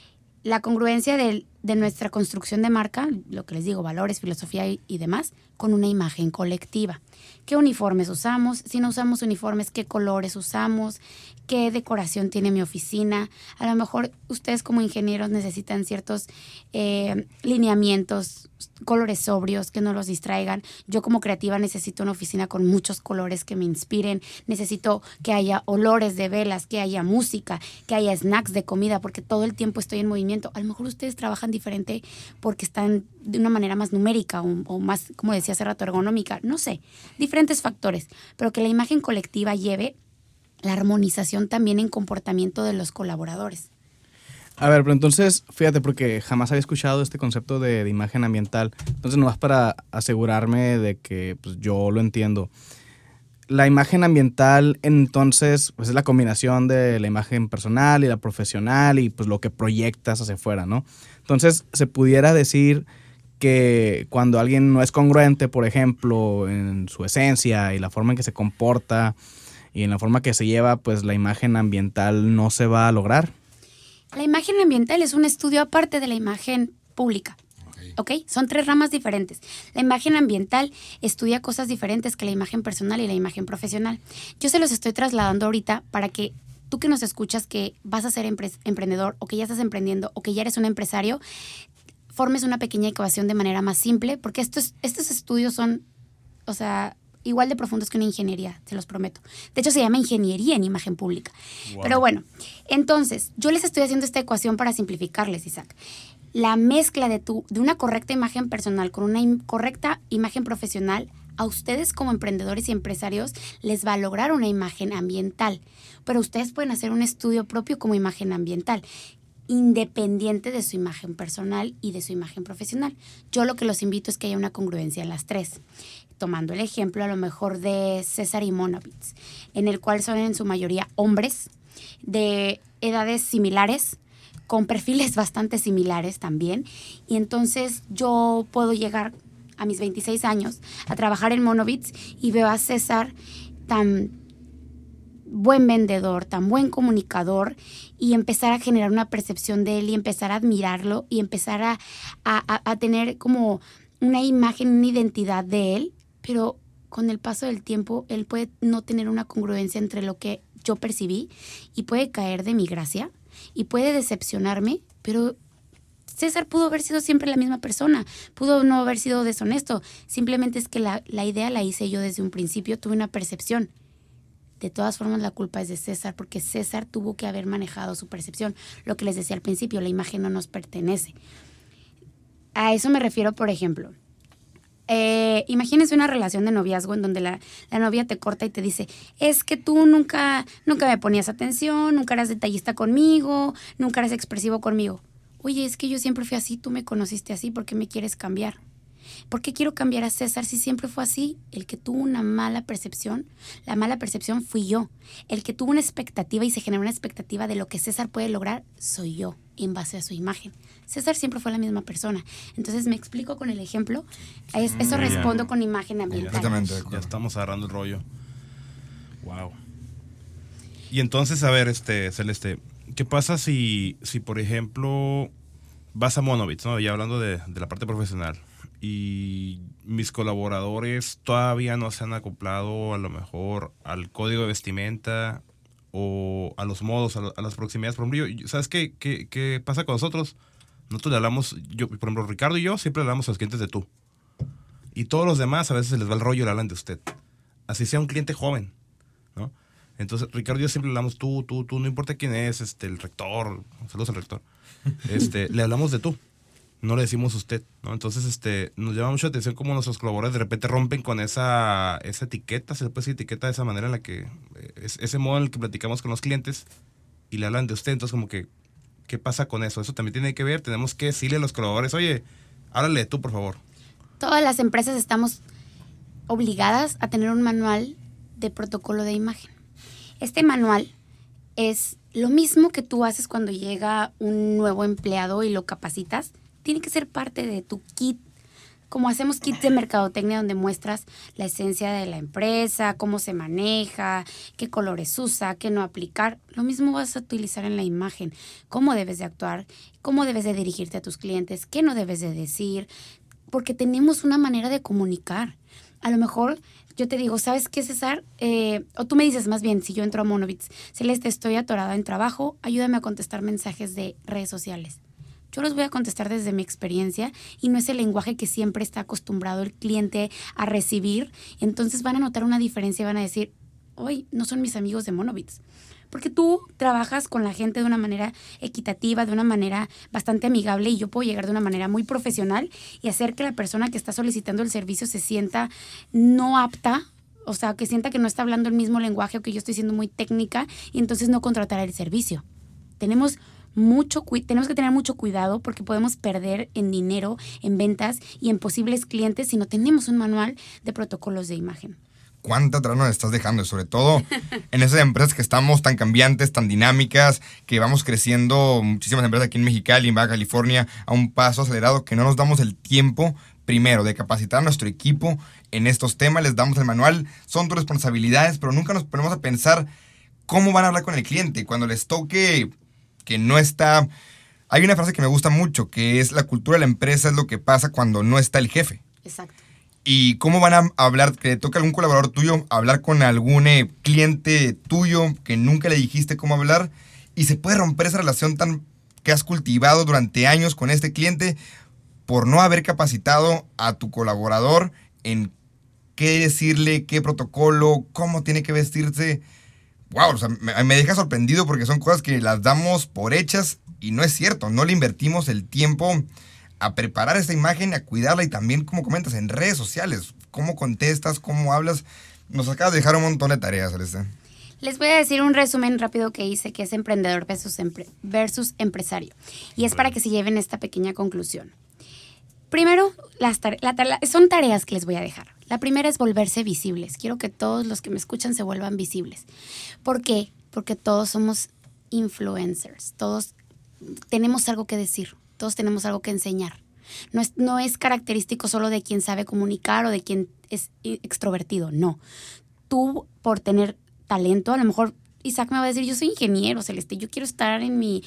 la congruencia de, de nuestra construcción de marca, lo que les digo, valores, filosofía y, y demás, con una imagen colectiva. ¿Qué uniformes usamos? Si no usamos uniformes, ¿qué colores usamos? ¿Qué decoración tiene mi oficina? A lo mejor ustedes como ingenieros necesitan ciertos eh, lineamientos, colores sobrios que no los distraigan. Yo como creativa necesito una oficina con muchos colores que me inspiren. Necesito que haya olores de velas, que haya música, que haya snacks de comida, porque todo el tiempo estoy en movimiento. A lo mejor ustedes trabajan diferente porque están de una manera más numérica o, o más, como decía hace rato, ergonómica. No sé, diferentes factores. Pero que la imagen colectiva lleve la armonización también en comportamiento de los colaboradores. A ver, pero entonces, fíjate, porque jamás había escuchado este concepto de, de imagen ambiental. Entonces, nomás para asegurarme de que pues, yo lo entiendo. La imagen ambiental, entonces, pues es la combinación de la imagen personal y la profesional y pues lo que proyectas hacia afuera, ¿no? Entonces, se pudiera decir que cuando alguien no es congruente, por ejemplo, en su esencia y la forma en que se comporta y en la forma que se lleva, pues la imagen ambiental no se va a lograr. La imagen ambiental es un estudio aparte de la imagen pública. ¿Ok? Son tres ramas diferentes. La imagen ambiental estudia cosas diferentes que la imagen personal y la imagen profesional. Yo se los estoy trasladando ahorita para que tú que nos escuchas, que vas a ser empre- emprendedor o que ya estás emprendiendo o que ya eres un empresario, formes una pequeña ecuación de manera más simple, porque estos, estos estudios son, o sea, igual de profundos que una ingeniería, se los prometo. De hecho, se llama ingeniería en imagen pública. Wow. Pero bueno, entonces, yo les estoy haciendo esta ecuación para simplificarles, Isaac. La mezcla de, tu, de una correcta imagen personal con una im- correcta imagen profesional, a ustedes como emprendedores y empresarios les va a lograr una imagen ambiental. Pero ustedes pueden hacer un estudio propio como imagen ambiental, independiente de su imagen personal y de su imagen profesional. Yo lo que los invito es que haya una congruencia en las tres. Tomando el ejemplo a lo mejor de César y Monovitz, en el cual son en su mayoría hombres de edades similares, con perfiles bastante similares también. Y entonces yo puedo llegar a mis veintiséis años a trabajar en Monovitz y veo a César tan buen vendedor, tan buen comunicador, y empezar a generar una percepción de él y empezar a admirarlo y empezar a, a, a tener como una imagen, una identidad de él, pero con el paso del tiempo él puede no tener una congruencia entre lo que yo percibí y puede caer de mi gracia y puede decepcionarme, pero César pudo haber sido siempre la misma persona, pudo no haber sido deshonesto, simplemente es que la, la idea la hice yo desde un principio, tuve una percepción. De todas formas, la culpa es de César, porque César tuvo que haber manejado su percepción. Lo que les decía al principio, la imagen no nos pertenece. A eso me refiero, por ejemplo. Eh, imagínense una relación de noviazgo en donde la, la novia te corta y te dice, es que tú nunca, nunca me ponías atención, nunca eras detallista conmigo, nunca eras expresivo conmigo. Oye, es que yo siempre fui así, tú me conociste así, ¿por qué me quieres cambiar? ¿Por qué quiero cambiar a César si siempre fue así? El que tuvo una mala percepción, la mala percepción fui yo. El que tuvo una expectativa y se generó una expectativa de lo que César puede lograr, soy yo, en base a su imagen. César siempre fue la misma persona. Entonces, ¿me explico con el ejemplo? Es, eso ya, respondo ya. con imagen ambiental. Completamente de Ya acuerdo. estamos agarrando el rollo. Wow. Y entonces, a ver, este, Celeste, ¿qué pasa si, si por ejemplo, vas a Monobits, ¿no? Ya hablando de, de la parte profesional, y mis colaboradores todavía no se han acoplado a lo mejor al código de vestimenta o a los modos, a, a las proximidades? Por ejemplo, yo, ¿sabes qué, qué, qué pasa con nosotros? Nosotros le hablamos, yo, por ejemplo, Ricardo y yo siempre le hablamos a los clientes de tú. Y todos los demás a veces se les va el rollo y le hablan de usted. Así sea un cliente joven, ¿no? Entonces, Ricardo y yo siempre le hablamos tú, tú, tú, no importa quién es, este, el rector, saludos al rector, este, le hablamos de tú, no le decimos usted, ¿no? Entonces, este, nos llama mucho la atención cómo nuestros colaboradores de repente rompen con esa, esa etiqueta, se le puede decir etiqueta de esa manera en la que, es, ese modo en el que platicamos con los clientes y le hablan de usted. Entonces, como que, ¿qué pasa con eso? Eso también tiene que ver, tenemos que decirle a los colaboradores, oye, háblale tú, por favor. Todas las empresas estamos obligadas a tener un manual de protocolo de imagen. Este manual es lo mismo que tú haces cuando llega un nuevo empleado y lo capacitas. Tiene que ser parte de tu kit. Como hacemos kits de mercadotecnia donde muestras la esencia de la empresa, cómo se maneja, qué colores usa, qué no aplicar. Lo mismo vas a utilizar en la imagen. Cómo debes de actuar, cómo debes de dirigirte a tus clientes, qué no debes de decir. Porque tenemos una manera de comunicar. A lo mejor yo te digo, ¿sabes qué, César? Eh, o tú me dices más bien, si yo entro a Monobits, Celeste, estoy atorada en trabajo, ayúdame a contestar mensajes de redes sociales. Yo los voy a contestar desde mi experiencia y no es el lenguaje que siempre está acostumbrado el cliente a recibir. Entonces van a notar una diferencia y van a decir, hoy no son mis amigos de Monobits. Porque tú trabajas con la gente de una manera equitativa, de una manera bastante amigable, y yo puedo llegar de una manera muy profesional y hacer que la persona que está solicitando el servicio se sienta no apta, o sea, que sienta que no está hablando el mismo lenguaje o que yo estoy siendo muy técnica y entonces no contratará el servicio. Tenemos mucho cu- tenemos que tener mucho cuidado porque podemos perder en dinero, en ventas y en posibles clientes si no tenemos un manual de protocolos de imagen. ¿Cuánta atrás nos estás dejando? Sobre todo en esas empresas que estamos tan cambiantes, tan dinámicas, que vamos creciendo, muchísimas empresas aquí en Mexicali, en Baja California, a un paso acelerado, que no nos damos el tiempo, primero, de capacitar a nuestro equipo en estos temas, les damos el manual, son tus responsabilidades, pero nunca nos ponemos a pensar cómo van a hablar con el cliente. Cuando les toque que no está... Hay una frase que me gusta mucho, que es la cultura de la empresa es lo que pasa cuando no está el jefe. Exacto. ¿Y cómo van a hablar, que le toca a algún colaborador tuyo, hablar con algún eh, cliente tuyo que nunca le dijiste cómo hablar? Y se puede romper esa relación tan que has cultivado durante años con este cliente por no haber capacitado a tu colaborador en qué decirle, qué protocolo, cómo tiene que vestirse. Wow, o sea, me, me deja sorprendido porque son cosas que las damos por hechas y no es cierto, no le invertimos el tiempo a preparar esta imagen, a cuidarla y también, como comentas, en redes sociales, cómo contestas, cómo hablas. Nos acabas de dejar un montón de tareas, Celeste. Les voy a decir un resumen rápido que hice, que es emprendedor versus, empre- versus empresario. Y es para que se lleven esta pequeña conclusión. Primero, las tare- la tare- son tareas que les voy a dejar. La primera es volverse visibles. Quiero que todos los que me escuchan se vuelvan visibles. ¿Por qué? Porque todos somos influencers. Todos tenemos algo que decir. Todos tenemos algo que enseñar. No es, no es característico solo de quien sabe comunicar o de quien es extrovertido. No. Tú, por tener talento, a lo mejor Isaac me va a decir, yo soy ingeniero, Celeste, yo quiero estar en mi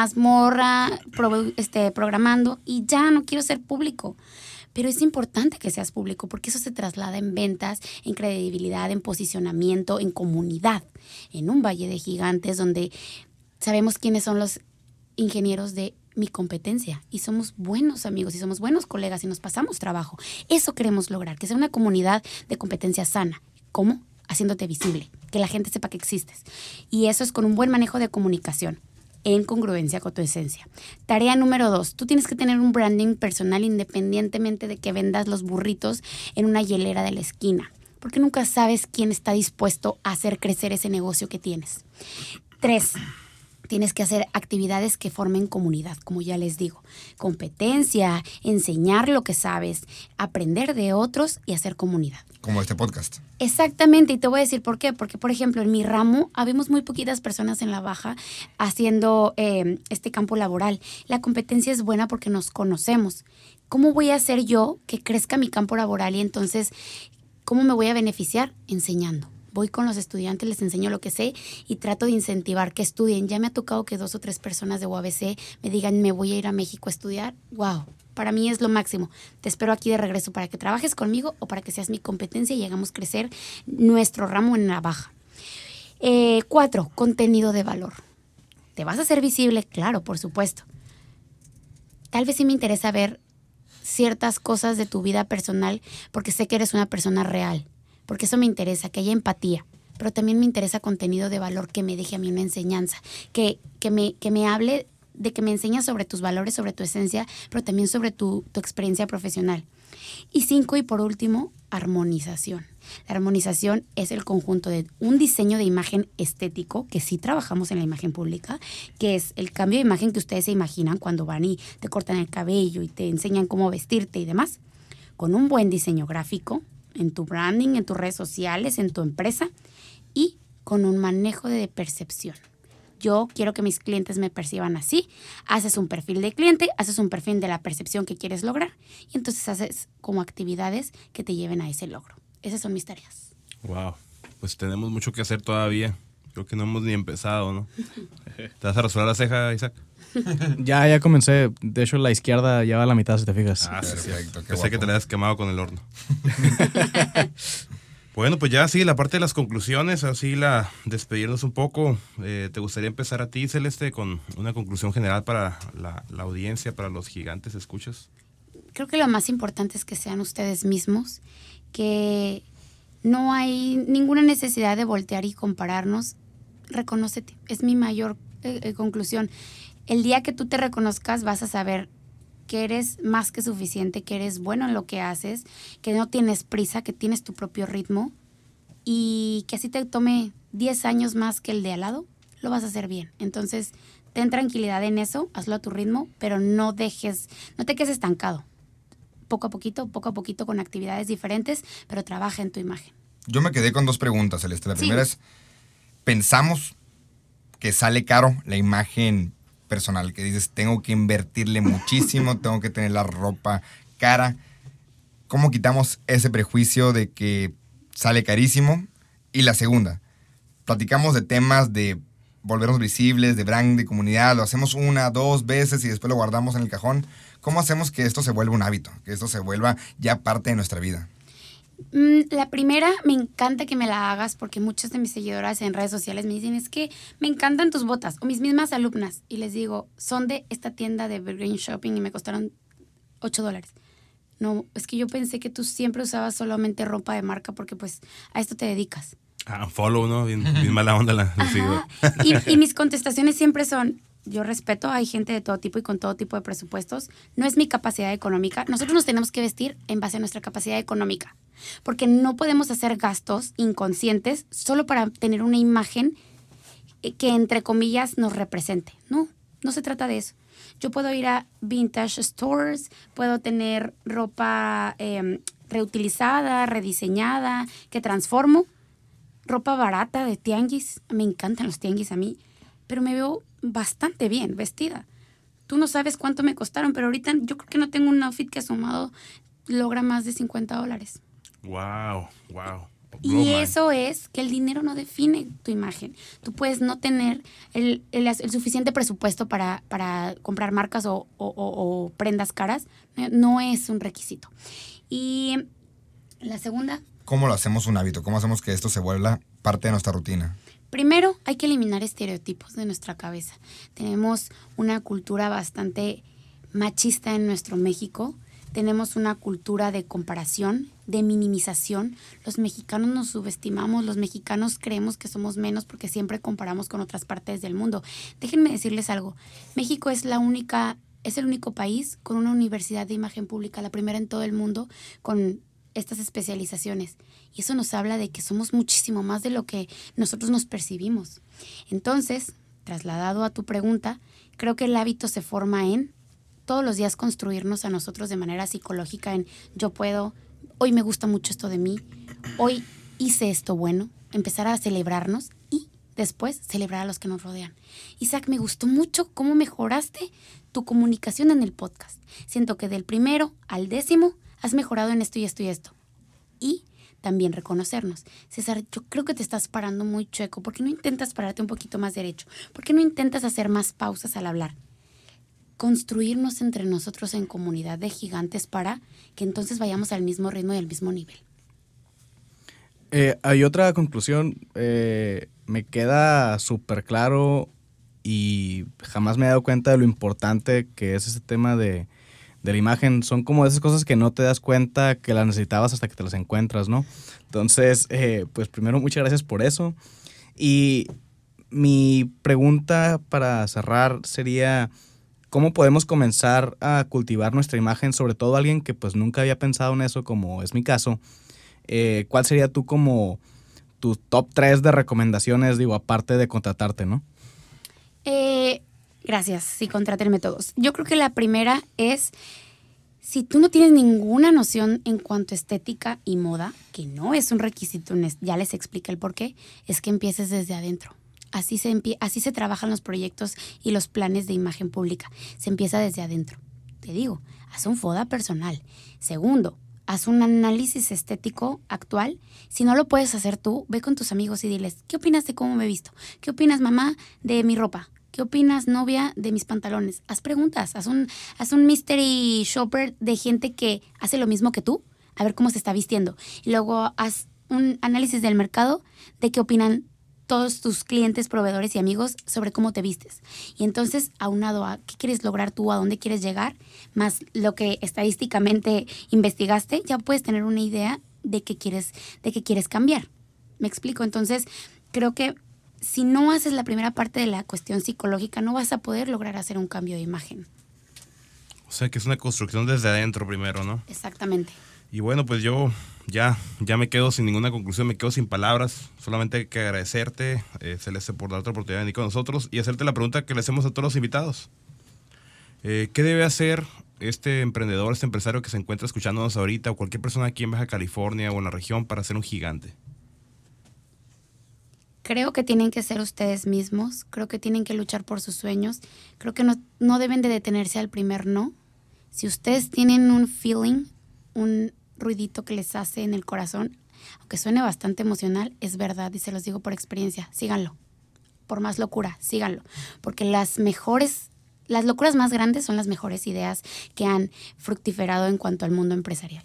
mazmorra pro, este, programando y ya no quiero ser público. Pero es importante que seas público porque eso se traslada en ventas, en credibilidad, en posicionamiento, en comunidad. En un valle de gigantes donde sabemos quiénes son los ingenieros de mi competencia y somos buenos amigos y somos buenos colegas y nos pasamos trabajo. Eso queremos lograr, que sea una comunidad de competencia sana. ¿Cómo? Haciéndote visible, que la gente sepa que existes. Y eso es con un buen manejo de comunicación, en congruencia con tu esencia. Tarea número dos, tú tienes que tener un branding personal independientemente de que vendas los burritos en una hielera de la esquina, porque nunca sabes quién está dispuesto a hacer crecer ese negocio que tienes. Tres, tienes que hacer actividades que formen comunidad, como ya les digo. Competencia, enseñar lo que sabes, aprender de otros y hacer comunidad. Como este podcast. Exactamente, y te voy a decir por qué. Porque, por ejemplo, en mi ramo habemos muy poquitas personas en la baja haciendo eh, este campo laboral. La competencia es buena porque nos conocemos. ¿Cómo voy a hacer yo que crezca mi campo laboral? Y entonces, ¿cómo me voy a beneficiar? Enseñando. Voy con los estudiantes, les enseño lo que sé y trato de incentivar que estudien. Ya me ha tocado que dos o tres personas de U A B C me digan, me voy a ir a México a estudiar. ¡Wow! Para mí es lo máximo. Te espero aquí de regreso para que trabajes conmigo o para que seas mi competencia y hagamos crecer nuestro ramo en la baja. Eh, cuatro, contenido de valor. ¿Te vas a hacer visible? Claro, por supuesto. Tal vez sí me interesa ver ciertas cosas de tu vida personal porque sé que eres una persona real. Porque eso me interesa, que haya empatía. Pero también me interesa contenido de valor que me deje a mí una enseñanza. Que, que, me, que me hable de que me enseñas sobre tus valores, sobre tu esencia, pero también sobre tu, tu experiencia profesional. Y cinco, y por último, armonización. La armonización es el conjunto de un diseño de imagen estético, que sí trabajamos en la imagen pública, que es el cambio de imagen que ustedes se imaginan cuando van y te cortan el cabello y te enseñan cómo vestirte y demás, con un buen diseño gráfico, en tu branding, en tus redes sociales, en tu empresa y con un manejo de percepción. Yo quiero que mis clientes me perciban así. Haces un perfil de cliente, haces un perfil de la percepción que quieres lograr y entonces haces como actividades que te lleven a ese logro. Esas son mis tareas. Wow, pues tenemos mucho que hacer todavía. Creo que no hemos ni empezado, ¿no? ¿Te vas a rasurar la ceja, Isaac? Ya, ya comencé. De hecho, la izquierda ya va a la mitad, si te fijas. Ah, sí, Perfecto, sí. qué Pensé guapo. que te la habías quemado con el horno. Bueno, pues ya sí, la parte de las conclusiones, así la despedirnos un poco. Eh, ¿Te gustaría empezar a ti, Celeste, con una conclusión general para la, la audiencia, para los gigantes escuchas? Creo que lo más importante es que sean ustedes mismos, que no hay ninguna necesidad de voltear y compararnos. Reconócete, es mi mayor eh, eh, conclusión. El día que tú te reconozcas vas a saber que eres más que suficiente, que eres bueno en lo que haces, que no tienes prisa, que tienes tu propio ritmo y que así te tome diez años más que el de al lado, lo vas a hacer bien. Entonces, ten tranquilidad en eso, hazlo a tu ritmo, pero no dejes, no te quedes estancado. Poco a poquito, poco a poquito con actividades diferentes, pero trabaja en tu imagen. Yo me quedé con dos preguntas, Celeste. La Sí. primera es, ¿pensamos que sale caro la imagen personal? Que dices, tengo que invertirle muchísimo, tengo que tener la ropa cara. ¿Cómo quitamos ese prejuicio de que sale carísimo? Y la segunda, platicamos de temas de volvernos visibles, de brand, de comunidad, lo hacemos una, dos veces y después lo guardamos en el cajón. ¿Cómo hacemos que esto se vuelva un hábito? Que esto se vuelva ya parte de nuestra vida. Mm, La primera, me encanta que me la hagas porque muchas de mis seguidoras en redes sociales me dicen, es que me encantan tus botas, o mis mismas alumnas, y les digo, son de esta tienda de Evergreen Shopping y me costaron ocho dólares. No, es que yo pensé que tú siempre usabas solamente ropa de marca porque pues a esto te dedicas. Ah, follow, ¿no? Bien, bien mala onda la, la seguidora. Ajá. Y, y mis contestaciones siempre son, yo respeto, hay gente de todo tipo y con todo tipo de presupuestos, no es mi capacidad económica, nosotros nos tenemos que vestir en base a nuestra capacidad económica, porque no podemos hacer gastos inconscientes solo para tener una imagen que entre comillas nos represente. No, no se trata de eso. Yo puedo ir a vintage stores, puedo tener ropa eh, reutilizada, rediseñada, que transformo, ropa barata de tianguis, me encantan los tianguis a mí, pero me veo bastante bien vestida. Tú no sabes cuánto me costaron, pero ahorita yo creo que no tengo un outfit que asomado logra más de cincuenta dólares. Wow, wow. Y eso es que el dinero no define tu imagen. Tú puedes no tener el, el, el suficiente presupuesto para, para comprar marcas o, o, o, o prendas caras. No es un requisito. Y la segunda, ¿Cómo lo hacemos un hábito? ¿Cómo hacemos que esto se vuelva parte de nuestra rutina? primero hay que eliminar estereotipos de nuestra cabeza. Tenemos una cultura bastante machista en nuestro México. Tenemos una cultura de comparación, de minimización. Los mexicanos nos subestimamos, los mexicanos creemos que somos menos porque siempre comparamos con otras partes del mundo. Déjenme decirles algo. México es la única, es el único país con una universidad de imagen pública, la primera en todo el mundo con estas especializaciones. Y eso nos habla de que somos muchísimo más de lo que nosotros nos percibimos. Entonces, trasladado a tu pregunta, creo que el hábito se forma en todos los días construirnos a nosotros de manera psicológica en yo puedo, hoy me gusta mucho esto de mí, hoy hice esto bueno, empezar a celebrarnos y después celebrar a los que nos rodean. Isaac, me gustó mucho cómo mejoraste tu comunicación en el podcast. Siento que del primero al décimo has mejorado en esto y esto y esto. Y también reconocernos. César, yo creo que te estás parando muy chueco. ¿Por qué no intentas pararte un poquito más derecho? ¿Por qué no intentas hacer más pausas al hablar? Construirnos entre nosotros en comunidad de gigantes para que entonces vayamos al mismo ritmo y al mismo nivel. Eh, hay otra conclusión. Eh, me queda súper claro y jamás me he dado cuenta de lo importante que es ese tema de, de la imagen. Son como esas cosas que no te das cuenta que las necesitabas hasta que te las encuentras, ¿no? Entonces, eh, pues primero, muchas gracias por eso. Y mi pregunta para cerrar sería, ¿cómo podemos comenzar a cultivar nuestra imagen? Sobre todo alguien que pues nunca había pensado en eso, como es mi caso. Eh, ¿Cuál sería tú como tu top tres de recomendaciones, digo, aparte de contratarte, ¿no? Eh, gracias, sí, contrátenme todos. Yo creo que la primera es, si tú no tienes ninguna noción en cuanto a estética y moda, que no es un requisito, ya les expliqué el por qué, es que empieces desde adentro. Así se, empie- así se trabajan los proyectos y los planes de imagen pública. Se empieza desde adentro. Te digo, haz un FODA personal. Segundo, haz un análisis estético actual. Si no lo puedes hacer tú, ve con tus amigos y diles, ¿qué opinas de cómo me he visto? ¿Qué opinas, mamá, de mi ropa? ¿Qué opinas, novia, de mis pantalones? Haz preguntas, haz un, haz un mystery shopper de gente que hace lo mismo que tú, a ver cómo se está vistiendo. Y luego haz un análisis del mercado de qué opinan todos tus clientes, proveedores y amigos sobre cómo te vistes. Y entonces, aunado a qué quieres lograr tú, a dónde quieres llegar, más lo que estadísticamente investigaste, ya puedes tener una idea de qué quieres, de qué quieres cambiar. ¿Me explico? Entonces, creo que si no haces la primera parte de la cuestión psicológica, no vas a poder lograr hacer un cambio de imagen. O sea, que es una construcción desde adentro primero, ¿no? Exactamente. Y bueno, pues yo ya, ya me quedo sin ninguna conclusión, me quedo sin palabras. Solamente hay que agradecerte, eh, Celeste, por dar otra oportunidad de venir con nosotros y hacerte la pregunta que le hacemos a todos los invitados. Eh, ¿Qué debe hacer este emprendedor, este empresario que se encuentra escuchándonos ahorita o cualquier persona aquí en Baja California o en la región para ser un gigante? Creo que tienen que ser ustedes mismos, creo que tienen que luchar por sus sueños, creo que no, no deben de detenerse al primer no. Si ustedes tienen un feeling, un ruidito que les hace en el corazón, aunque suene bastante emocional, es verdad y se los digo por experiencia, síganlo. Por más locura, síganlo. Porque las mejores, las locuras más grandes son las mejores ideas que han fructiferado en cuanto al mundo empresarial.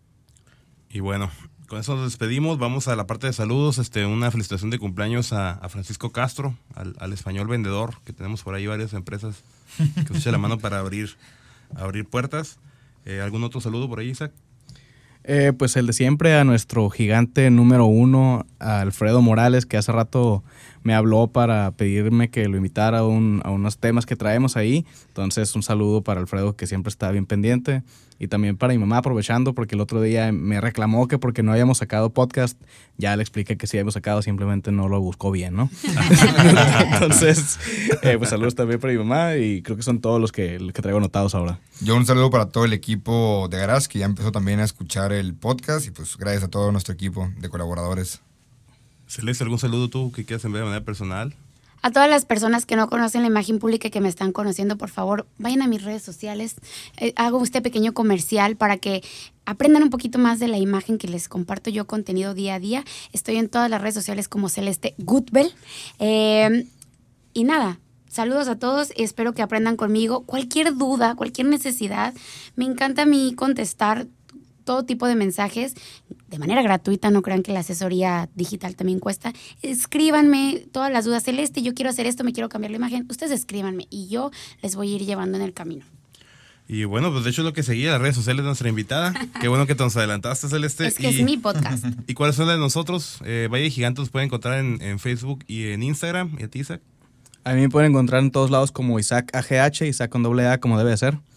Y bueno, con eso nos despedimos, vamos a la parte de saludos. Este, una felicitación de cumpleaños a, a Francisco Castro, al, al español vendedor, que tenemos por ahí varias empresas que se echa la mano para abrir, abrir puertas. Eh, ¿Algún otro saludo por ahí, Isaac? Eh, pues el de siempre, a nuestro gigante número uno, a Alfredo Morales, que hace rato me habló para pedirme que lo invitara a, un, a unos temas que traemos ahí. Entonces, un saludo para Alfredo, que siempre está bien pendiente. Y también para mi mamá, aprovechando, porque el otro día me reclamó que porque no habíamos sacado podcast, ya le expliqué que sí habíamos sacado, simplemente no lo buscó bien, ¿no? Entonces, eh, pues saludos también para mi mamá y creo que son todos los que, los que traigo anotados ahora. Yo un saludo para todo el equipo de Garage, que ya empezó también a escuchar el podcast, y pues gracias a todo nuestro equipo de colaboradores. Celeste, ¿algún saludo tú que quieras enviar de manera personal? A todas las personas que no conocen la imagen pública y que me están conociendo, por favor, vayan a mis redes sociales. Eh, hago este pequeño comercial para que aprendan un poquito más de la imagen que les comparto yo contenido día a día. Estoy en todas las redes sociales como Celeste Goodbell. Eh, y nada, saludos a todos y espero que aprendan conmigo. Cualquier duda, cualquier necesidad, me encanta a mí contestar todo tipo de mensajes de manera gratuita. No crean que la asesoría digital también cuesta. Escríbanme todas las dudas. Celeste, yo quiero hacer esto, me quiero cambiar la imagen. Ustedes escríbanme y yo les voy a ir llevando en el camino. Y bueno, pues de hecho lo que seguía las redes sociales de nuestra invitada. Qué bueno que te nos adelantaste, Celeste. Es que y, es mi podcast. ¿Y cuáles son las de nosotros? Eh, Valle Gigante los pueden encontrar en, en Facebook y en Instagram. ¿Y a ti, Isaac? A mí me pueden encontrar en todos lados como Isaac A G H, Isaac con doble A, como debe de ser.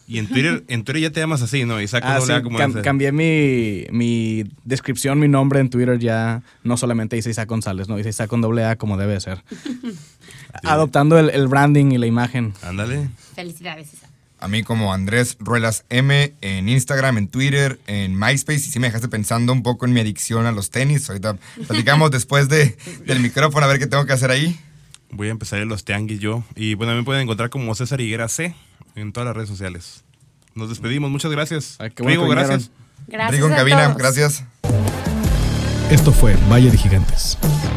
Y en Twitter, en Twitter ya te llamas así, ¿no? Isaac Ah, sí, doble A, como cam- dice. cambié mi, mi descripción, mi nombre en Twitter ya no solamente dice Isaac González, no dice Isaac con doble A como debe de ser. Adoptando el, el branding y la imagen. Ándale. Felicidades, Isaac. A mí como Andrés Ruelas M en Instagram, en Twitter, en MySpace. Y sí me dejaste pensando un poco en mi adicción a los tenis. Ahorita platicamos después de, del micrófono a ver qué tengo que hacer ahí. Voy a empezar en los tianguis yo. Y bueno, me pueden encontrar como César Higuera C en todas las redes sociales. Nos despedimos. Muchas gracias. Ay, qué bueno Rigo, que gracias. Gracias Rigo en a cabina, todos. gracias. Esto fue Valle de Gigantes.